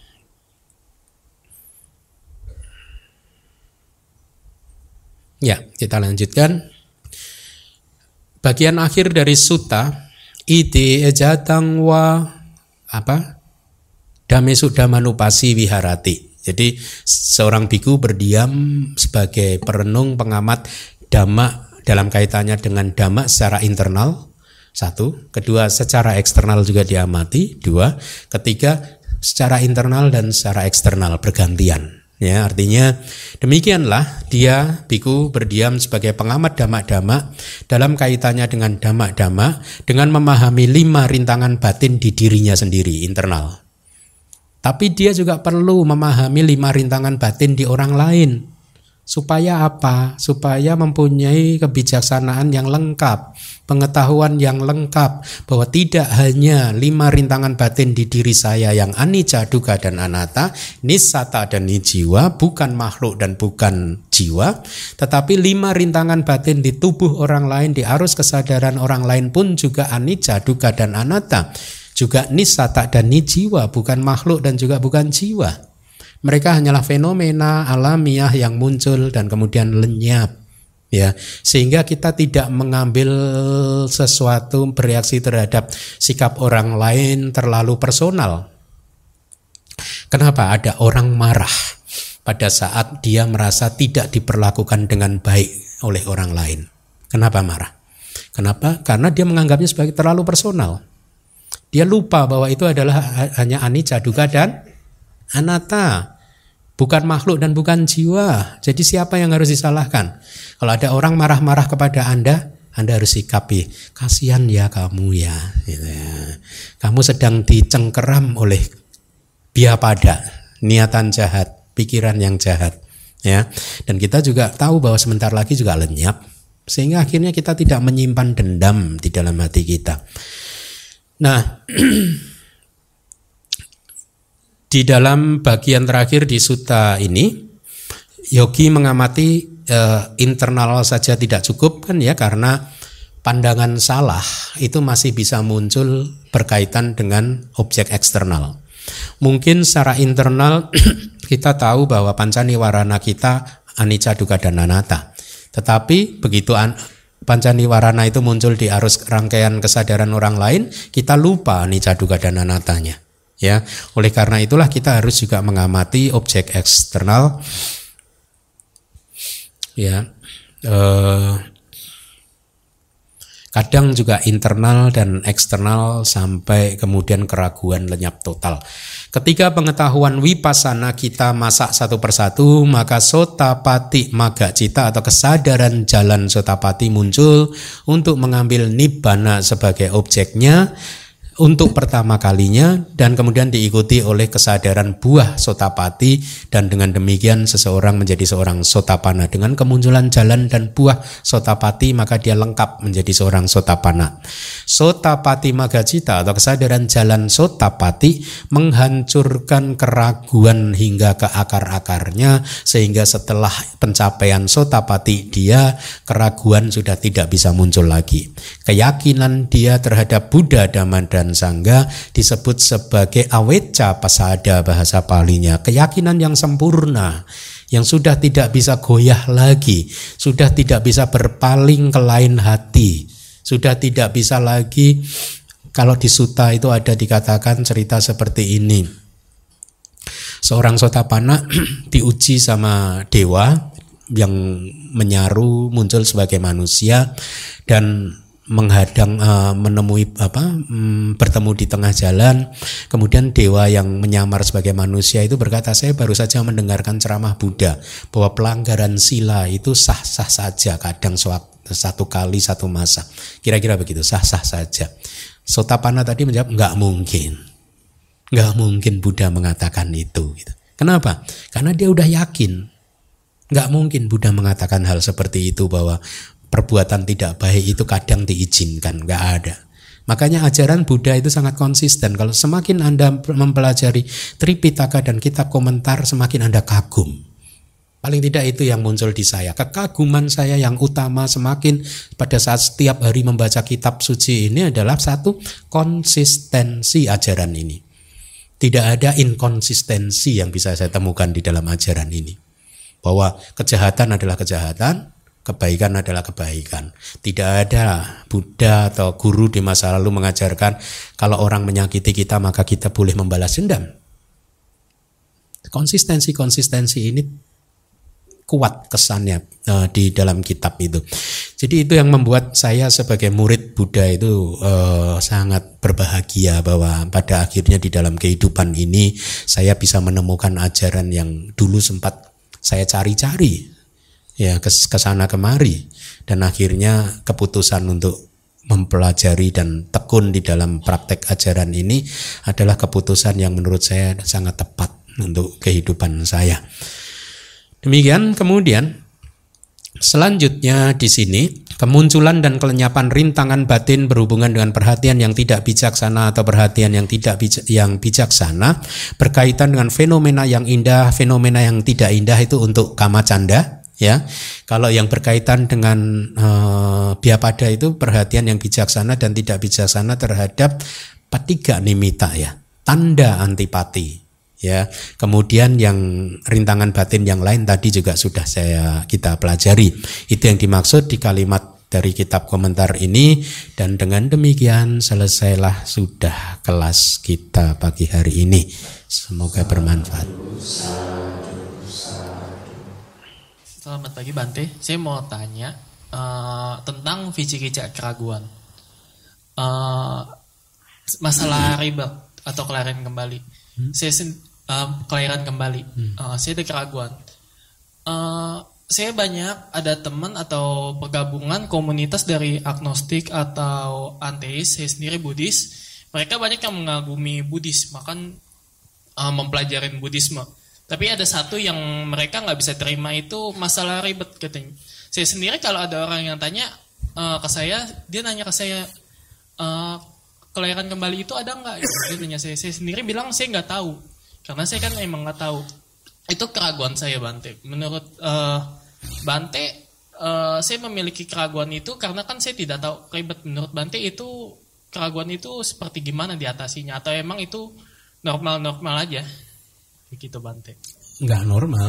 ya kita lanjutkan bagian akhir dari sutta iti ejatang wa apa dame sudamanupasi viharati. Jadi seorang biku berdiam sebagai perenung pengamat dhamma dalam kaitannya dengan dhamma secara internal, satu. Kedua, secara eksternal juga diamati, dua. Ketiga, secara internal dan secara eksternal bergantian. Ya, artinya demikianlah dia biku berdiam sebagai pengamat dhamma-dhamma dalam kaitannya dengan dhamma-dhamma dengan memahami lima rintangan batin di dirinya sendiri internal. Tapi dia juga perlu memahami lima rintangan batin di orang lain. Supaya apa? Supaya mempunyai kebijaksanaan yang lengkap, pengetahuan yang lengkap, bahwa tidak hanya lima rintangan batin di diri saya yang anicca, dukkha, dan anatta, nissata dan nijiwa, bukan makhluk dan bukan jiwa, tetapi lima rintangan batin di tubuh orang lain, di arus kesadaran orang lain pun juga anicca, dukkha, dan anatta. Juga nissata dan nijiwa, bukan makhluk dan juga bukan jiwa. Mereka hanyalah fenomena alamiah yang muncul dan kemudian lenyap, ya. Sehingga kita tidak mengambil sesuatu bereaksi terhadap sikap orang lain terlalu personal. Kenapa? Ada orang marah, pada saat dia merasa tidak diperlakukan dengan baik oleh orang lain. Kenapa marah? Kenapa? Karena dia menganggapnya sebagai terlalu personal. Dia lupa bahwa itu adalah hanya anicca, dukkha dan anatta. Bukan makhluk dan bukan jiwa. Jadi siapa yang harus disalahkan? Kalau ada orang marah-marah kepada Anda, Anda harus sikapi, kasihan ya kamu ya, gitu ya. Kamu sedang dicengkeram oleh biapada, niatan jahat, pikiran yang jahat, ya. Dan kita juga tahu bahwa sebentar lagi juga lenyap, sehingga akhirnya kita tidak menyimpan dendam di dalam hati kita. Nah, di dalam bagian terakhir di sutta ini, yogi mengamati eh, internal saja tidak cukup kan ya, karena pandangan salah itu masih bisa muncul berkaitan dengan objek eksternal. Mungkin secara internal kita tahu bahwa pancaniwarana kita anicca, dukkha dan anatta. Tetapi begitu an- pancaniwarana itu muncul di arus rangkaian kesadaran orang lain, kita lupa anicca, dukkha dan anattanya. Ya, oleh karena itulah kita harus juga mengamati objek eksternal. Ya, eh, kadang juga internal dan eksternal sampai kemudian keraguan lenyap total. Ketika pengetahuan vipassana kita masak satu persatu, maka sotapati magga cita atau kesadaran jalan sotapati muncul untuk mengambil nibbana sebagai objeknya untuk pertama kalinya, dan kemudian diikuti oleh kesadaran buah sotapati, dan dengan demikian seseorang menjadi seorang sotapanna. Dengan kemunculan jalan dan buah sotapati maka dia lengkap menjadi seorang sotapanna. Sotapati magga cita atau kesadaran jalan sotapati menghancurkan keraguan hingga ke akar-akarnya, sehingga setelah pencapaian sotapati dia keraguan sudah tidak bisa muncul lagi. Keyakinan dia terhadap Buddha, Dhamma dan Sangha disebut sebagai awecca pasada bahasa Palinya, keyakinan yang sempurna, yang sudah tidak bisa goyah lagi, sudah tidak bisa berpaling ke lain hati, sudah tidak bisa lagi. Kalau di sutta itu ada dikatakan cerita seperti ini, seorang sotapanna diuji sama dewa yang menyaru muncul sebagai manusia dan menghadang uh, menemui apa um, bertemu di tengah jalan. Kemudian dewa yang menyamar sebagai manusia itu berkata, saya baru saja mendengarkan ceramah Buddha bahwa pelanggaran sila itu sah-sah saja, kadang satu kali satu masa, kira-kira begitu, sah-sah saja. Sotapanna tadi menjawab, nggak mungkin, nggak mungkin Buddha mengatakan itu gitu. Kenapa? Karena dia udah yakin nggak mungkin Buddha mengatakan hal seperti itu, bahwa perbuatan tidak baik itu kadang diizinkan, nggak ada. Makanya ajaran Buddha itu sangat konsisten. Kalau semakin Anda mempelajari Tripitaka dan kitab komentar, semakin Anda kagum. Paling tidak itu yang muncul di saya. Kekaguman saya yang utama semakin pada saat setiap hari membaca kitab suci ini adalah satu, konsistensi ajaran ini. Tidak ada inkonsistensi yang bisa saya temukan di dalam ajaran ini. Bahwa kejahatan adalah kejahatan, kebaikan adalah kebaikan. Tidak ada Buddha atau guru di masa lalu mengajarkan kalau orang menyakiti kita maka kita boleh membalas dendam. Konsistensi-konsistensi ini kuat kesannya uh, di dalam kitab itu. Jadi itu yang membuat saya sebagai murid Buddha itu uh, sangat berbahagia bahwa pada akhirnya di dalam kehidupan ini saya bisa menemukan ajaran yang dulu sempat saya cari-cari, ya ke sana kemari, dan akhirnya keputusan untuk mempelajari dan tekun di dalam praktek ajaran ini adalah keputusan yang menurut saya sangat tepat untuk kehidupan saya. Demikian. Kemudian selanjutnya di sini kemunculan dan kelenyapan rintangan batin berhubungan dengan perhatian yang tidak bijaksana atau perhatian yang tidak bijak, yang bijaksana berkaitan dengan fenomena yang indah, fenomena yang tidak indah itu untuk kama canda. Ya, kalau yang berkaitan dengan uh, biapada itu perhatian yang bijaksana dan tidak bijaksana terhadap patiga nimitta, ya, tanda antipati, ya. Kemudian yang rintangan batin yang lain tadi juga sudah saya kita pelajari. Itu yang dimaksud di kalimat dari kitab komentar ini, dan dengan demikian selesailah sudah kelas kita pagi hari ini. Semoga bermanfaat. Selamat pagi Bante, saya mau tanya uh, tentang ciri-ciri keraguan, uh, masalah riba atau kelahiran kembali. Hmm? Saya sen- uh, kelahiran kembali, hmm. uh, saya ada keraguan. Uh, saya banyak ada teman atau pergabungan komunitas dari agnostik atau anteis. Saya sendiri Buddhis. Mereka banyak yang mengagumi Buddhis, bahkan uh, mempelajari Buddhisme. Tapi ada satu yang mereka nggak bisa terima, itu masalah ribet katanya. Saya sendiri kalau ada orang yang tanya uh, ke saya, dia nanya ke saya, uh, kelahiran kembali itu ada nggak? Dia tanya saya, saya sendiri bilang saya nggak tahu, karena saya kan emang nggak tahu. Itu keraguan saya Bante. Menurut uh, Bante, uh, saya memiliki keraguan itu karena kan saya tidak tahu ribet. Menurut Bante itu keraguan itu seperti gimana diatasinya? Atau emang itu normal-normal aja? Begitu Bante. Enggak normal.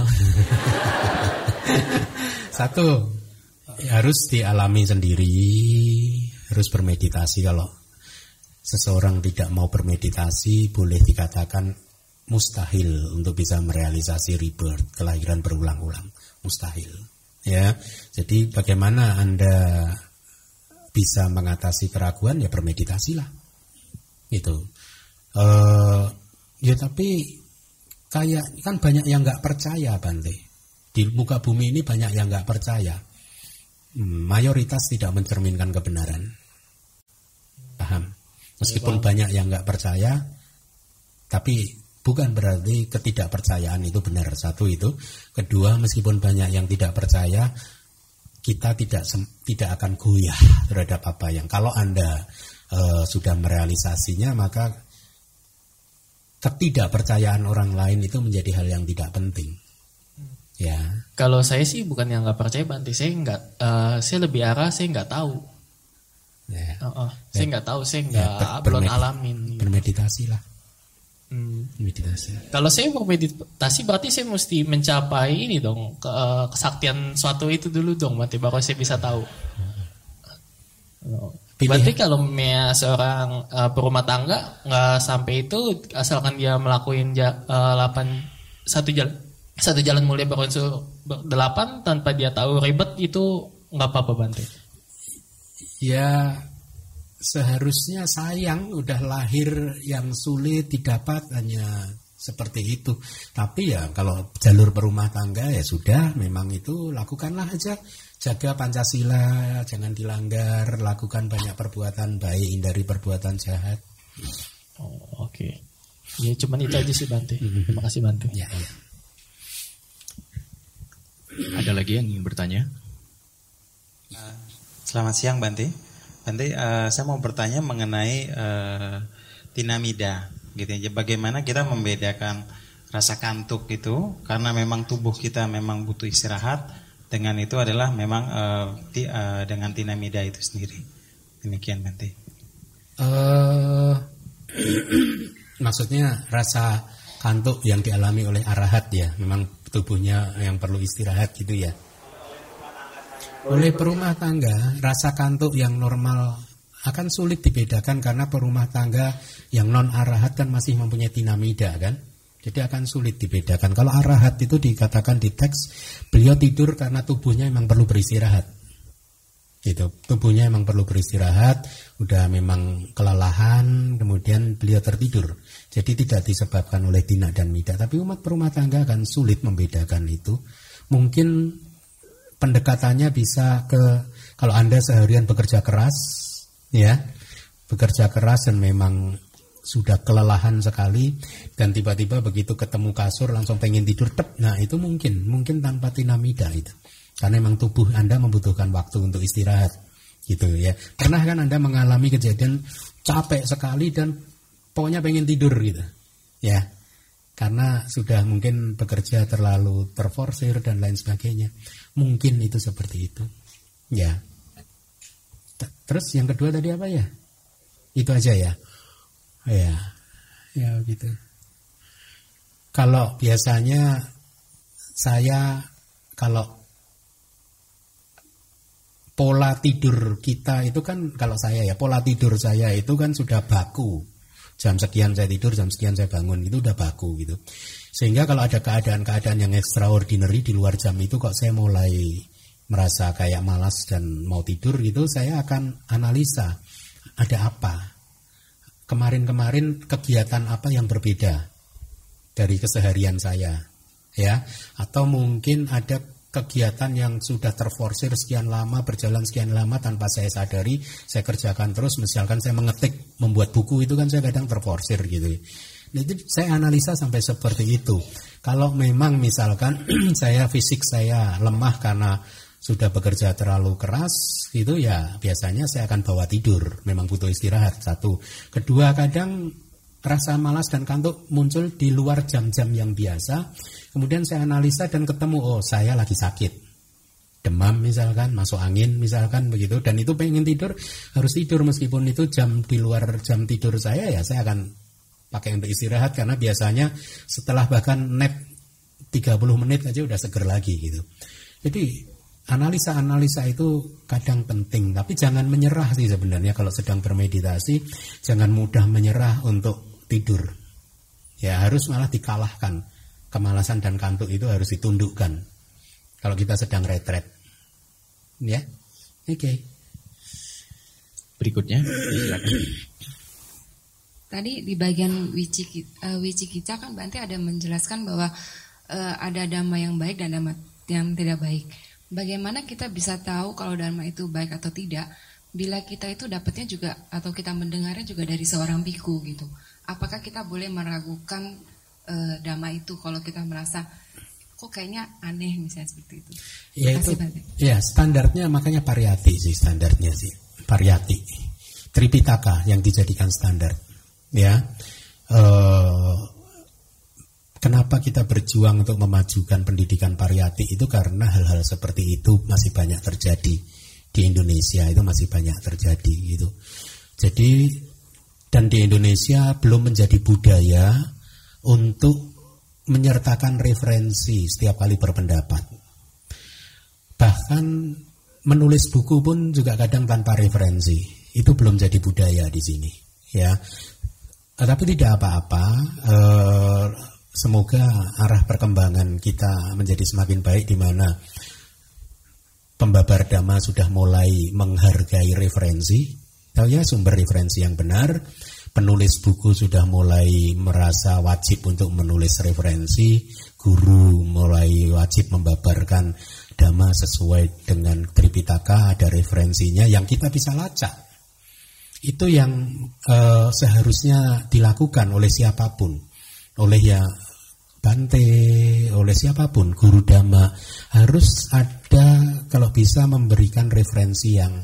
Satu, harus dialami sendiri, harus bermeditasi. Kalau seseorang tidak mau bermeditasi, boleh dikatakan mustahil untuk bisa merealisasi rebirth, kelahiran berulang-ulang, mustahil. Ya, jadi bagaimana Anda bisa mengatasi keraguan? Ya bermeditasilah. Itu. Uh, ya tapi kayak kan banyak yang nggak percaya Bante. Di muka bumi ini banyak yang nggak percaya. Mayoritas tidak mencerminkan kebenaran. Paham? Meskipun banyak yang nggak percaya, tapi bukan berarti ketidakpercayaan itu benar. Satu itu. Kedua, meskipun banyak yang tidak percaya, kita tidak tidak akan goyah terhadap apa yang. Kalau Anda uh, sudah merealisasinya, maka ketidakpercayaan orang lain itu menjadi hal yang tidak penting. Ya. Kalau saya sih bukan yang nggak percaya Bante, saya nggak, uh, saya lebih arah saya nggak tahu. Ya. Uh, uh, ya. Saya nggak tahu, saya nggak ya, ber- belum alamin. Bermeditasi lah. Hmm. Meditasi. Kalau saya bermeditasi berarti saya mesti mencapai ini dong, ke, uh, kesaktian suatu itu dulu dong, Bante, baru saya bisa tahu. Uh. Berarti kalau Mia seorang uh, berumah tangga nggak sampai itu, asalkan dia melakukan ja, uh, delapan satu jalan satu jalan mulia berunsur delapan tanpa dia tahu ribet, itu nggak apa-apa Bante. Ya seharusnya sayang udah lahir yang sulit didapat hanya seperti itu. Tapi ya kalau jalur berumah tangga ya sudah, memang itu lakukanlah aja. Jaga Pancasila, jangan dilanggar, lakukan banyak perbuatan baik, hindari perbuatan jahat. Oh, oke. Okay. Ya cuman itu aja sih Bante. Terima kasih Bante. Ya, ya. Ada lagi yang ingin bertanya? Uh, selamat siang Bante. Bante, uh, saya mau bertanya mengenai uh, tinamida, gitu ya. Bagaimana kita membedakan rasa kantuk itu, karena memang tubuh kita memang butuh istirahat. Dengan itu adalah memang uh, ti, uh, dengan tinamida itu sendiri. Demikian Bante. Uh, maksudnya rasa kantuk yang dialami oleh arahat ya, memang tubuhnya yang perlu istirahat gitu ya. Oleh perumah tangga, rasa kantuk yang normal akan sulit dibedakan karena perumah tangga yang non arahat kan masih mempunyai tinamida kan. Jadi akan sulit dibedakan. Kalau arahat itu dikatakan di teks, beliau tidur karena tubuhnya memang perlu beristirahat. Gitu. Tubuhnya memang perlu beristirahat, udah memang kelelahan, kemudian beliau tertidur. Jadi tidak disebabkan oleh tina dan mida. Tapi umat perumah tangga akan sulit membedakan itu. Mungkin pendekatannya bisa ke, kalau Anda seharian bekerja keras, ya, bekerja keras dan memang sudah kelelahan sekali, dan tiba-tiba begitu ketemu kasur langsung pengen tidur tep. Nah itu mungkin mungkin tanpa tinamida itu, karena memang tubuh Anda membutuhkan waktu untuk istirahat gitu ya. Pernah kan Anda mengalami kejadian capek sekali dan pokoknya pengen tidur gitu ya, karena sudah mungkin bekerja terlalu terforsir dan lain sebagainya. Mungkin itu seperti itu ya. Terus yang kedua tadi apa ya? Itu aja ya. Ya, ya gitu. Kalau biasanya saya, kalau pola tidur kita itu kan, kalau saya ya, pola tidur saya itu kan sudah baku. Jam sekian saya tidur, jam sekian saya bangun, itu udah baku gitu. Sehingga kalau ada keadaan-keadaan yang extraordinary di luar jam itu kok saya mulai merasa kayak malas dan mau tidur gitu, saya akan analisa ada apa. Kemarin-kemarin kegiatan apa yang berbeda dari keseharian saya, ya, atau mungkin ada kegiatan yang sudah terforsir sekian lama, berjalan sekian lama tanpa saya sadari, saya kerjakan terus. Misalkan saya mengetik, membuat buku, itu kan saya kadang terforsir gitu. Nah, itu saya analisa sampai seperti itu. Kalau memang misalkan saya fisik saya lemah karena sudah bekerja terlalu keras, itu ya biasanya saya akan bawa tidur. Memang butuh istirahat, satu. Kedua, kadang rasa malas dan kantuk muncul di luar jam-jam yang biasa. Kemudian saya analisa dan ketemu, oh saya lagi sakit, demam misalkan, masuk angin misalkan begitu. Dan itu pengen tidur, harus tidur meskipun itu jam di luar jam tidur saya, ya saya akan pakai untuk istirahat. Karena biasanya setelah bahkan nap tiga puluh menit aja udah seger lagi gitu. Jadi analisa-analisa itu kadang penting, tapi jangan menyerah sih sebenarnya kalau sedang bermeditasi. Jangan mudah menyerah untuk tidur. Ya harus malah dikalahkan. Kemalasan dan kantuk itu harus ditundukkan kalau kita sedang retret. Ya, oke. Okay. Berikutnya, silakan. Tadi di bagian Wicikita, uh, Wicikita kan berarti ada menjelaskan bahwa uh, ada dhamma yang baik dan dhamma yang tidak baik. Bagaimana kita bisa tahu kalau dhamma itu baik atau tidak bila kita itu dapatnya juga atau kita mendengarnya juga dari seorang biku gitu? Apakah kita boleh meragukan uh, dhamma itu kalau kita merasa kok kayaknya aneh misalnya seperti itu? Ya itu, ya standarnya makanya pariyati sih standarnya sih pariyati, Tripitaka yang dijadikan standar. Ya, uh, kenapa kita berjuang untuk memajukan pendidikan pariyati itu karena hal-hal seperti itu masih banyak terjadi di Indonesia, itu masih banyak terjadi gitu. Jadi dan di Indonesia belum menjadi budaya untuk menyertakan referensi setiap kali berpendapat. Bahkan menulis buku pun juga kadang tanpa referensi. Itu belum jadi budaya di sini, ya. Tapi tidak apa-apa. Eh, semoga arah perkembangan kita menjadi semakin baik, di mana pembabar dhamma sudah mulai menghargai referensi. Tahu ya, sumber referensi yang benar. Penulis buku sudah mulai merasa wajib untuk menulis referensi. Guru mulai wajib membabarkan dhamma sesuai dengan Tripitaka, ada referensinya yang kita bisa lacak. Itu yang uh, seharusnya dilakukan oleh siapapun, oleh ya Bante, oleh siapapun, guru dhamma harus ada kalau bisa memberikan referensi yang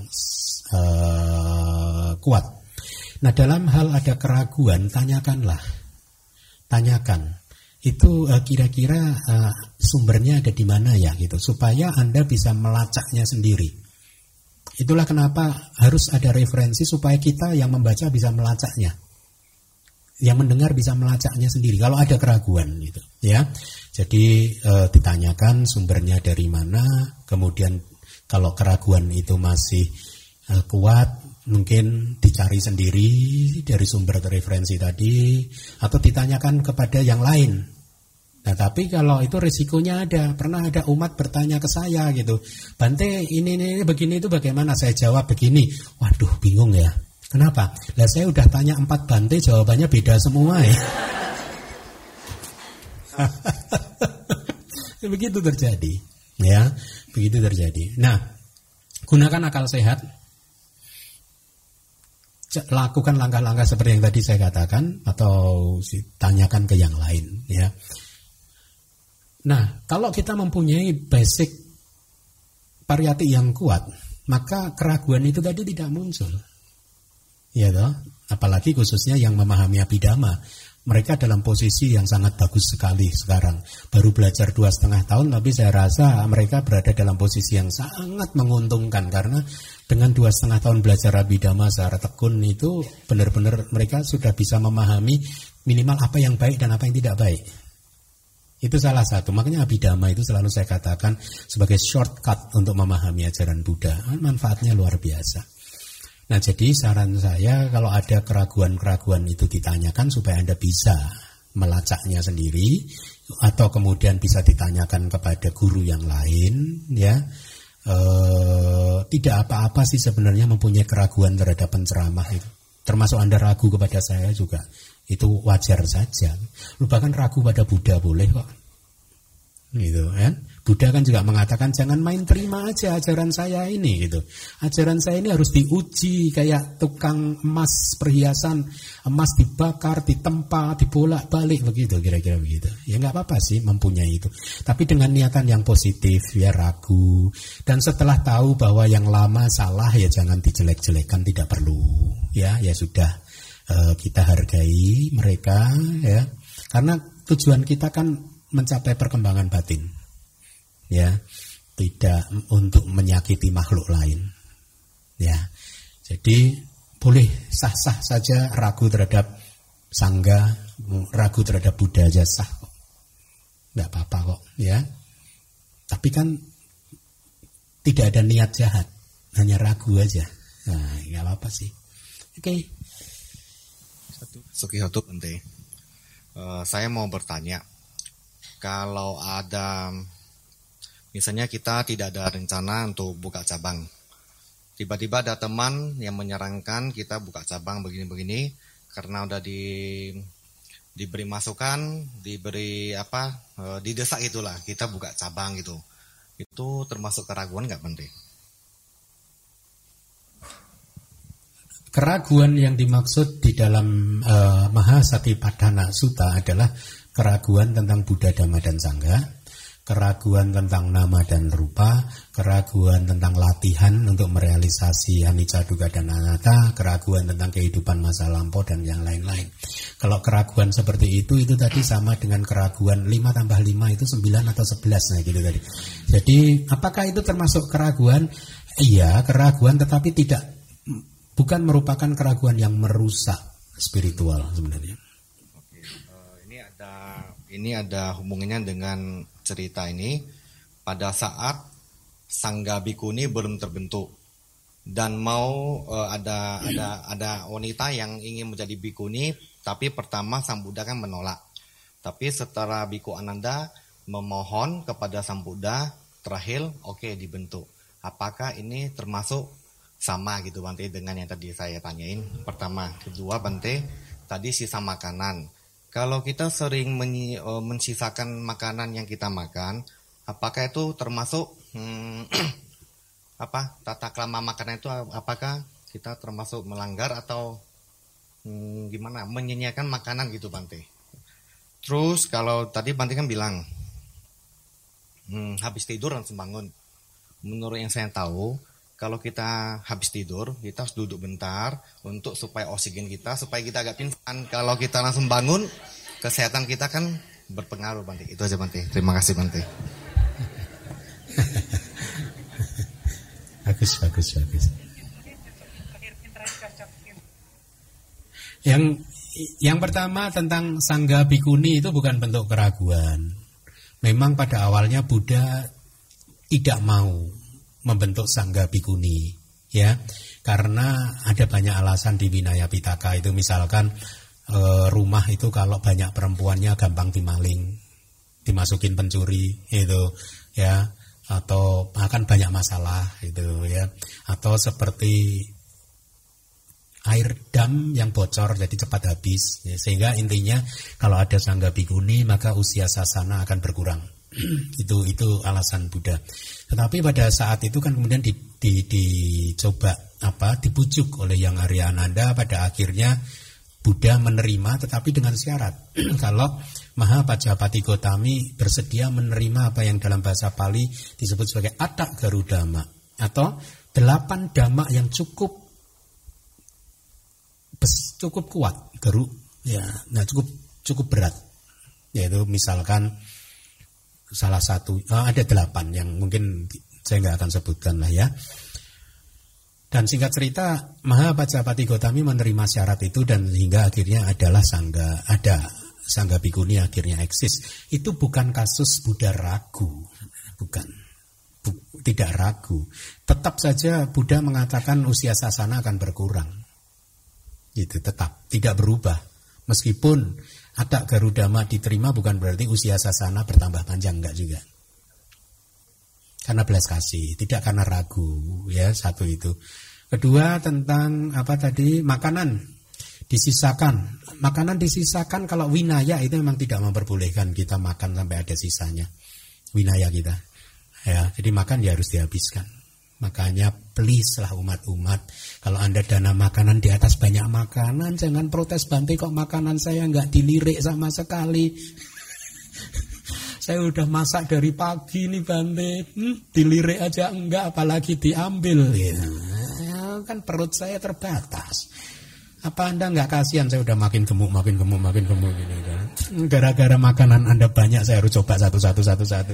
uh, kuat. Nah, dalam hal ada keraguan, tanyakanlah, tanyakan. Itu uh, kira-kira uh, sumbernya ada di mana ya gitu, supaya Anda bisa melacaknya sendiri. Itulah kenapa harus ada referensi supaya kita yang membaca bisa melacaknya, yang mendengar bisa melacaknya sendiri. Kalau ada keraguan gitu, ya. Jadi uh, ditanyakan sumbernya dari mana. Kemudian kalau keraguan itu masih uh, kuat, mungkin dicari sendiri dari sumber referensi tadi, atau ditanyakan kepada yang lain. Nah, tapi kalau itu risikonya ada. Pernah ada umat bertanya ke saya gitu, Bante ini, ini begini itu bagaimana? Saya jawab begini. Waduh, bingung ya. Kenapa? Lah saya udah tanya empat Bante, jawabannya beda semua ya. Begitu terjadi, ya, begitu terjadi. Nah, gunakan akal sehat. Lakukan langkah-langkah seperti yang tadi saya katakan, atau tanyakan ke yang lain, ya. Nah, kalau kita mempunyai basic pariyati yang kuat, maka keraguan itu tadi tidak muncul. Ya toh, apalagi khususnya yang memahami abhidhamma. Mereka dalam posisi yang sangat bagus sekali sekarang. Baru belajar dua setengah tahun, tapi saya rasa mereka berada dalam posisi yang sangat menguntungkan. Karena dengan dua setengah tahun belajar abhidhamma secara tekun itu, benar-benar mereka sudah bisa memahami minimal apa yang baik dan apa yang tidak baik. Itu salah satu. Makanya abhidhamma itu selalu saya katakan sebagai shortcut untuk memahami ajaran Buddha. Manfaatnya luar biasa. Nah, jadi saran saya kalau ada keraguan-keraguan itu ditanyakan supaya Anda bisa melacaknya sendiri, atau kemudian bisa ditanyakan kepada guru yang lain, ya. E, tidak apa-apa sih sebenarnya mempunyai keraguan terhadap penceramah itu. Termasuk Anda ragu kepada saya juga, itu wajar saja. Lu bahkan ragu pada Buddha boleh kok, gitu kan? Buddha kan juga mengatakan jangan main terima aja ajaran saya ini, gitu. Ajaran saya ini harus diuji kayak tukang emas perhiasan, emas dibakar, ditempa, dibolak-balik begitu, kira-kira begitu. Ya nggak apa-apa sih mempunyai itu, tapi dengan niatan yang positif, ya ragu. Dan setelah tahu bahwa yang lama salah ya jangan dijelek-jelekan, tidak perlu. Ya, ya sudah, e, kita hargai mereka, ya. Karena tujuan kita kan mencapai perkembangan batin. Ya, tidak untuk menyakiti makhluk lain. Ya, jadi boleh sah-sah saja ragu terhadap sangga, ragu terhadap Buddha aja sah kok, nggak apa-apa kok, ya. Tapi kan tidak ada niat jahat, hanya ragu aja. Nah, nggak apa-apa sih. Oke. Okay. Satu, Suki satu penting. Uh, saya mau bertanya, kalau ada misalnya kita tidak ada rencana untuk buka cabang, tiba-tiba ada teman yang menyarankan kita buka cabang begini-begini karena udah di diberi masukan, diberi apa, e, didesak itulah kita buka cabang gitu. Itu termasuk keraguan nggak Bante? Keraguan yang dimaksud di dalam e, Mahasatipadana Sutta adalah keraguan tentang Buddha, Dhamma dan Sangha, keraguan tentang nama dan rupa, keraguan tentang latihan untuk merealisasi anicca, dukkha dan anatta, keraguan tentang kehidupan masa lampau dan yang lain-lain. Kalau keraguan seperti itu, itu tadi sama dengan keraguan lima tambah lima itu sembilan atau sebelas, nah gitu tadi. Jadi apakah itu termasuk keraguan? Iya, keraguan, tetapi tidak, bukan merupakan keraguan yang merusak spiritual sebenarnya. Oke, uh, ini ada ini ada hubungannya dengan cerita ini. Pada saat Sangga Bhikkhuni belum terbentuk dan mau uh, ada ada ada wanita yang ingin menjadi bhikkhuni, tapi pertama Sang Buddha kan menolak. Tapi setelah Bhikkhu Ananda memohon kepada Sang Buddha, terakhir oke okay, dibentuk. Apakah ini termasuk sama gitu Bante dengan yang tadi saya tanyain? Pertama, kedua Bante, tadi sisa makanan. Kalau kita sering men, uh, mensisakan makanan yang kita makan, apakah itu termasuk hmm, apa tata krama makanan itu? Apakah kita termasuk melanggar atau hmm, gimana menyanyiakan makanan gitu Bante? Terus kalau tadi Bante kan bilang hmm, habis tidur langsung bangun. Menurut yang saya tahu, kalau kita habis tidur, kita harus duduk bentar untuk supaya oksigen kita, supaya kita agak pingsan. Kalau kita langsung bangun, kesehatan kita kan berpengaruh Bante. Itu aja Bante. Terima kasih Bante. Bagus, bagus, bagus. Yang yang pertama tentang Sangga Bhikkhuni itu bukan bentuk keraguan. Memang pada awalnya Buddha tidak mau membentuk Sangga Bhikkhuni, ya, karena ada banyak alasan di Vinaya Pitaka itu, misalkan e, rumah itu kalau banyak perempuannya gampang dimaling, dimasukin pencuri itu, ya, atau akan banyak masalah itu, ya, atau seperti air dam yang bocor jadi cepat habis, ya, sehingga intinya kalau ada Sangga Bhikkhuni maka usia sasana akan berkurang. itu itu alasan Buddha. Tetapi pada saat itu kan kemudian di, di, dicoba apa dibujuk oleh Yang Arya Ananda, pada akhirnya Buddha menerima, tetapi dengan syarat kalau Mahapajapati Gotami bersedia menerima apa yang dalam bahasa Pali disebut sebagai atak garudama, atau delapan dhamma yang cukup cukup kuat, garu ya, nah cukup cukup berat, yaitu misalkan salah satu, oh, ada delapan yang mungkin saya nggak akan sebutkan lah ya. Dan singkat cerita, Mahapajapati Gotami menerima syarat itu dan hingga akhirnya adalah Sangga, ada Sangga Bhikkhuni akhirnya eksis. Itu bukan kasus Buddha ragu, bukan, Bu, tidak ragu. Tetap saja Buddha mengatakan usia sasana akan berkurang, itu tetap tidak berubah. Meskipun Ada Garudama diterima bukan berarti usia sasana bertambah panjang, enggak juga. Karena belas kasih, tidak karena ragu, ya, satu itu. Kedua tentang apa tadi, makanan disisakan. Makanan disisakan kalau winaya itu memang tidak memperbolehkan kita makan sampai ada sisanya. Winaya kita. Ya, jadi makan ya harus dihabiskan. Makanya please lah umat-umat, kalau Anda dana makanan di atas banyak makanan, jangan protes, Bante kok makanan saya nggak dilirik sama sekali. Saya udah masak dari pagi nih Bante, hmm, dilirik aja enggak, apalagi diambil. Ya, kan perut saya terbatas. Apa Anda nggak kasihan, saya udah makin gemuk, makin gemuk, makin gemuk gitu kan. Gara-gara makanan Anda banyak, saya harus coba satu-satu, satu-satu.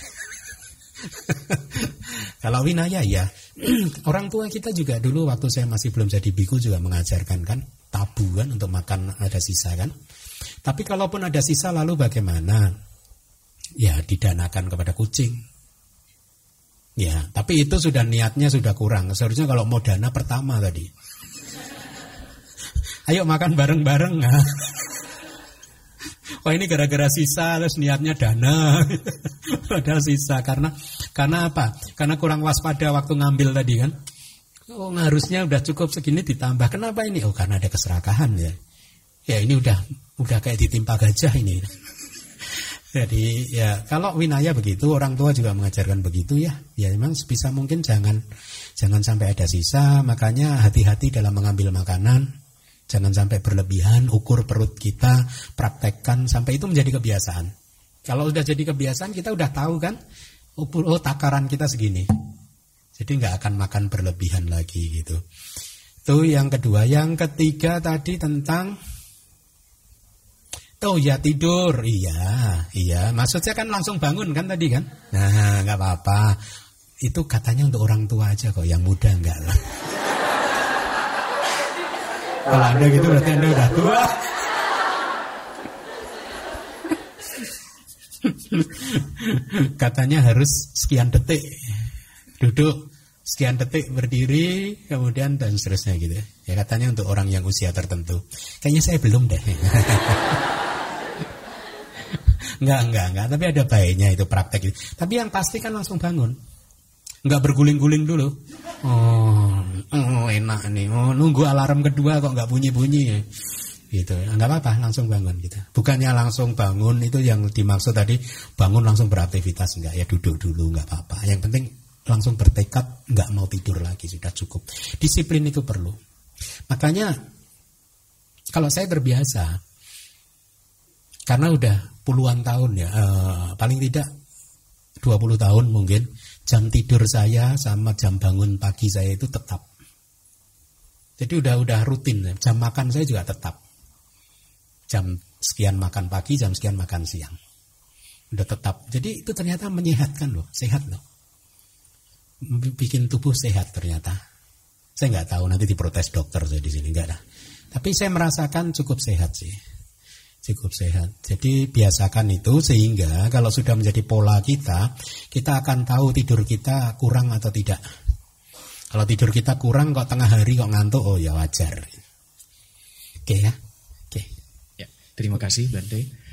Kalau winaya ya, orang tua kita juga dulu waktu saya masih belum jadi biku juga mengajarkan kan, tabu kan untuk makan ada sisa kan. Tapi kalaupun ada sisa lalu bagaimana? Ya didanakan kepada kucing. Ya, tapi itu sudah niatnya sudah kurang. Seharusnya kalau mau dana pertama tadi. Ayo makan bareng-bareng. Wah ini gara-gara sisa terus niatnya dana. Padahal sisa karena karena apa? Karena kurang waspada waktu ngambil tadi kan. Oh harusnya udah cukup segini ditambah. Kenapa ini? Oh karena ada keserakahan ya. Ya ini udah udah kayak ditimpa gajah ini. Jadi ya kalau winaya begitu, orang tua juga mengajarkan begitu ya. Ya memang sebisa mungkin jangan jangan sampai ada sisa. Makanya hati-hati dalam mengambil makanan. Jangan sampai berlebihan, ukur perut kita, praktekkan sampai itu menjadi kebiasaan. Kalau udah jadi kebiasaan kita udah tahu kan, oh takaran kita segini. Jadi nggak akan makan berlebihan lagi gitu. Itu yang kedua. Yang ketiga tadi tentang oh ya tidur. Iya, iya. Maksudnya kan langsung bangun kan tadi kan. Nah nggak apa-apa. Itu katanya untuk orang tua aja kok, yang muda enggak lah. Kalau Anda gitu berarti Anda udah tua. Katanya harus sekian detik duduk, sekian detik berdiri, kemudian dan seterusnya gitu. Ya katanya untuk orang yang usia tertentu. Kayaknya saya belum deh. Enggak, enggak, enggak. Tapi ada baiknya itu praktek itu. Tapi yang pasti kan langsung bangun. Enggak berguling-guling dulu. Oh, oh enak nih. Oh, nunggu alarm kedua kok enggak bunyi-bunyi. Gitu. Enggak apa-apa, langsung bangun gitu. Bukannya langsung bangun itu yang dimaksud tadi, bangun langsung beraktivitas enggak, ya duduk dulu enggak apa-apa. Yang penting langsung bertekad enggak mau tidur lagi, sudah cukup. Disiplin itu perlu. Makanya kalau saya terbiasa karena udah puluhan tahun ya, eh, paling tidak dua puluh tahun mungkin, jam tidur saya sama jam bangun pagi saya itu tetap. Jadi udah udah rutin. Jam makan saya juga tetap. Jam sekian makan pagi, jam sekian makan siang. Udah tetap. Jadi itu ternyata menyehatkan loh, sehat loh. Bikin tubuh sehat ternyata. Saya nggak tahu nanti diprotes dokter saya di sini, nggak ada. Tapi saya merasakan cukup sehat sih. Cukup sehat. Jadi biasakan itu sehingga kalau sudah menjadi pola kita, kita akan tahu tidur kita kurang atau tidak. Kalau tidur kita kurang kok tengah hari kok ngantuk, oh ya wajar. Oke ya. Oke. Ya, terima kasih Bante.